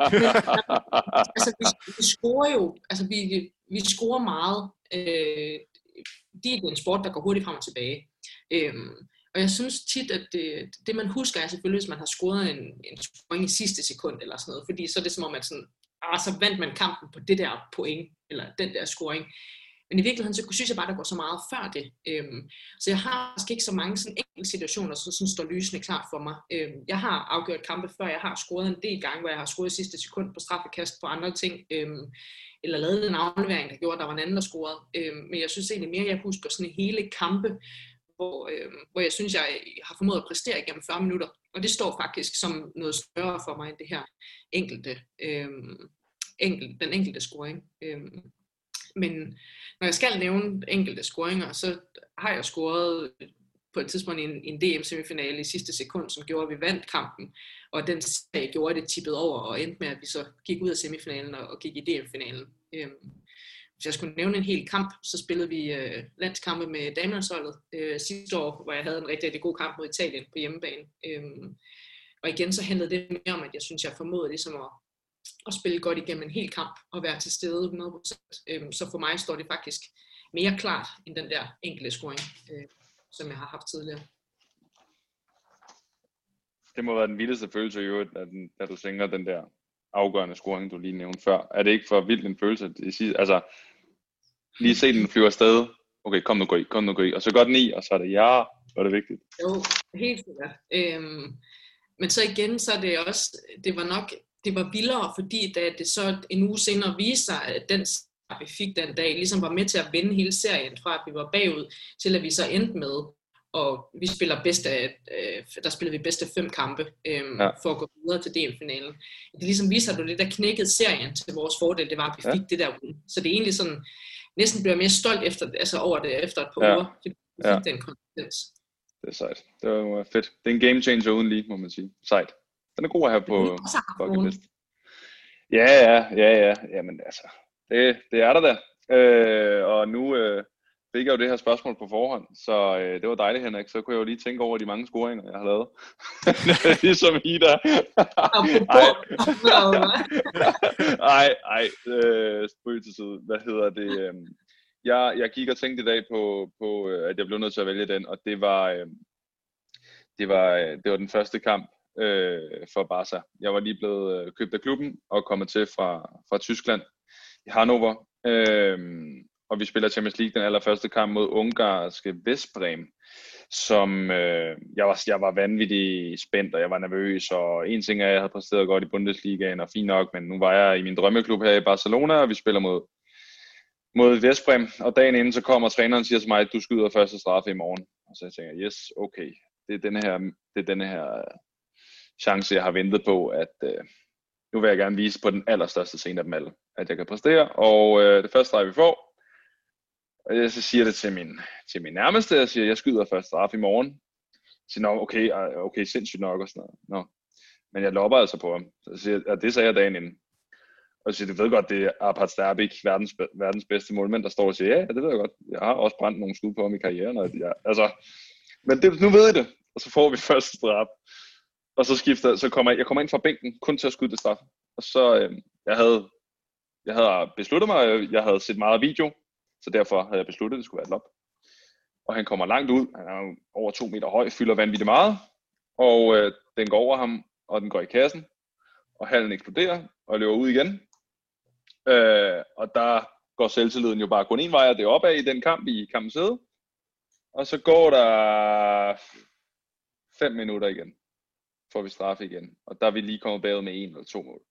Vi scorer jo, vi scorer meget. Det er en sport, der går hurtigt frem og tilbage. Og jeg synes tit, at det man husker er selvfølgelig, hvis man har scoret en scoring i sidste sekund eller sådan noget, fordi så er det som om, at sådan, så vandt man kampen på det der point, eller den der scoring. Men i virkeligheden, så synes jeg bare, der går så meget før det. Så jeg har måske ikke så mange sådan enkelte situationer, som sådan står lysende klart for mig. Jeg har afgjort kampe før, jeg har scoret en del gange, hvor jeg har scoret i sidste sekund på straffekast på andre ting, eller lavet en aflevering, der gjorde, at der var en anden, der scorede. Men jeg synes egentlig mere, jeg husker sådan hele kampe, hvor jeg synes, jeg har formået at præstere igennem 40 minutter. Og det står faktisk som noget større for mig end det her den enkelte scoring. Men når jeg skal nævne enkelte scoringer, så har jeg scoret på et tidspunkt i en DM-semifinale i sidste sekund, som gjorde, at vi vandt kampen. Og den sag gjorde, at det tippede over og endte med, at vi så gik ud af semifinalen og gik i DM-finalen. Hvis jeg skulle nævne en hel kamp, så spillede vi landskampe med damelandsholdet sidste år, hvor jeg havde en rigtig god kamp mod Italien på hjemmebane. Og igen så handlede det mere om, at jeg synes, jeg formåede ligesom at spille godt igennem en hel kamp og være til stede 100%. Så for mig står det faktisk mere klart end den der enkelte scoring, som jeg har haft tidligere. Det må være den vildeste følelse i øvrigt, da du tænker den der afgørende scoring, du lige nævnte før. Er det ikke for vildt en følelse? Altså, lige se den flyve afsted. Okay, kom nu gå i. Og så går den i, og så er det var det vigtigt. Jo, helt sikkert. Men så igen, så er det også, det var vildere, fordi da det så en uge senere viste sig, at den vi fik den dag, ligesom var med til at vinde hele serien, fra at vi var bagud, til at vi så endte med, og vi spiller der spillede vi bedste 5 kampe, for at gå videre til DM-finalen. Det ligesom viser, at det der knækkede serien til vores fordel, det var, at vi fik det der win. Så det er egentlig sådan, næsten bliver mere stolt over det efter et par uger, fordi vi fik den konsistens. Det er sejt. Det var fedt. Det er en game changer uden lige, må man sige. Sejt. Den er god at have på bucket list. Ja. Jamen altså, det er der da. Og nu fik jeg jo det her spørgsmål på forhånd, så det var dejligt, Henrik. Så kunne jeg jo lige tænke over de mange scoringer, jeg har lavet. Ligesom Ida. Ej, spøg til side. Hvad hedder det? Jeg gik og tænkte i dag på at jeg blev nødt til at vælge den, og det var den første kamp for Barca. Jeg var lige blevet købt af klubben og kommet til fra Tyskland i Hannover, og vi spiller Champions League, den allerførste kamp mod ungarske Veszprém, som jeg var vanvittigt spændt, og jeg var nervøs, og en ting er, at jeg havde præsteret godt i Bundesligaen, og fint nok, men nu var jeg i min drømmeklub her i Barcelona, og vi spiller mod Veszprém, og dagen inden så kommer træneren og siger til mig, at du skyder første straffe i morgen. Og så jeg tænker, yes, okay, det er denne her chance, jeg har ventet på, at nu vil jeg gerne vise på den allerstørste scene af dem alle, at jeg kan præstere. Og det første straf, vi får, og jeg så siger det til min nærmeste, jeg siger, jeg skyder første straffe i morgen. Så siger, okay, sindssygt nok og sådan noget. Men jeg lopper altså på ham. Så siger jeg, det sagde jeg dagen inden. Og så siger, du ved godt, det er Arpad Sterbik, verdens bedste målmand, der står og siger, ja, det ved jeg godt. Jeg har også brændt nogle skud på ham i karrieren. Men nu ved I det. Og så får vi første straf. Og så kommer jeg ind fra bænken, kun til at skyde det straf. Og så, jeg havde besluttet mig, jeg havde set meget video, så derfor havde jeg besluttet, at det skulle være et lop. Og han kommer langt ud, han er over 2 meter høj, fylder vanvittigt meget, og den går over ham, og den går i kassen, og hallen eksploderer, og løber ud igen. Og der går selvtilliden jo bare kun en vej, og det er opad i den kamp i kampens sæde. Og så går der 5 minutter igen, får vi straffe igen. Og der er vi lige kommet bagud med 1 eller 2 mål.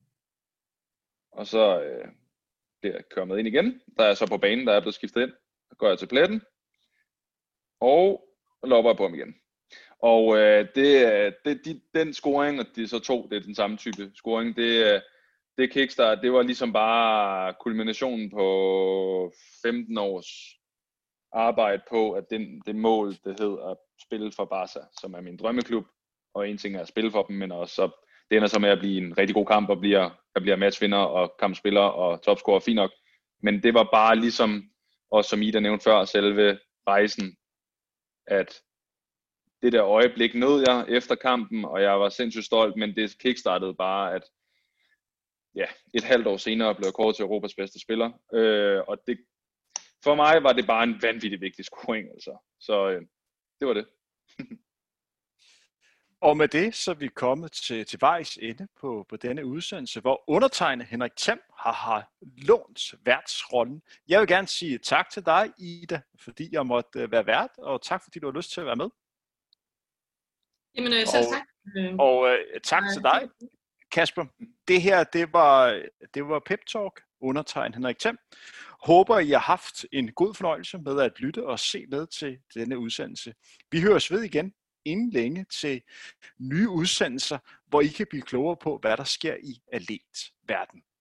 Og så bliver jeg kørt med ind igen. Der er jeg så på banen, der er blevet skiftet ind. Så går jeg til pletten. Og lopper jeg på ham igen. Og den scoring, og det er så 2, det er den samme type scoring, det kickstart, det var ligesom bare kulminationen på 15 års arbejde på, at det mål, det hed at spille for Barca, som er min drømmeklub, og en ting er at spille for dem, men også det ender så med at blive en rigtig god kamp, og jeg bliver matchvinder og kampspiller og topscorer, fint nok. Men det var bare ligesom, og som Ida nævnte før, selve rejsen, at det der øjeblik nød jeg efter kampen, og jeg var sindssygt stolt, men det kickstartede bare, at et halvt år senere blev jeg kåret til Europas bedste spiller. Og det, for mig var det bare en vanvittig vigtig scoring, altså. Så det var det. Og med det, så er vi kommet til vejs ende på denne udsendelse, hvor undertegnet Henrik Them har lånt værtsrollen. Jeg vil gerne sige tak til dig, Ida, fordi jeg måtte være vært, og tak fordi du har lyst til at være med. Jamen, selv tak. Og tak til dig, Kasper. Det her, det var Pep Talk, undertegnet Henrik Them. Håber, I har haft en god fornøjelse med at lytte og se med til denne udsendelse. Vi høres ved igen inden længe til nye udsendelser, hvor I kan blive klogere på, hvad der sker i atletverden.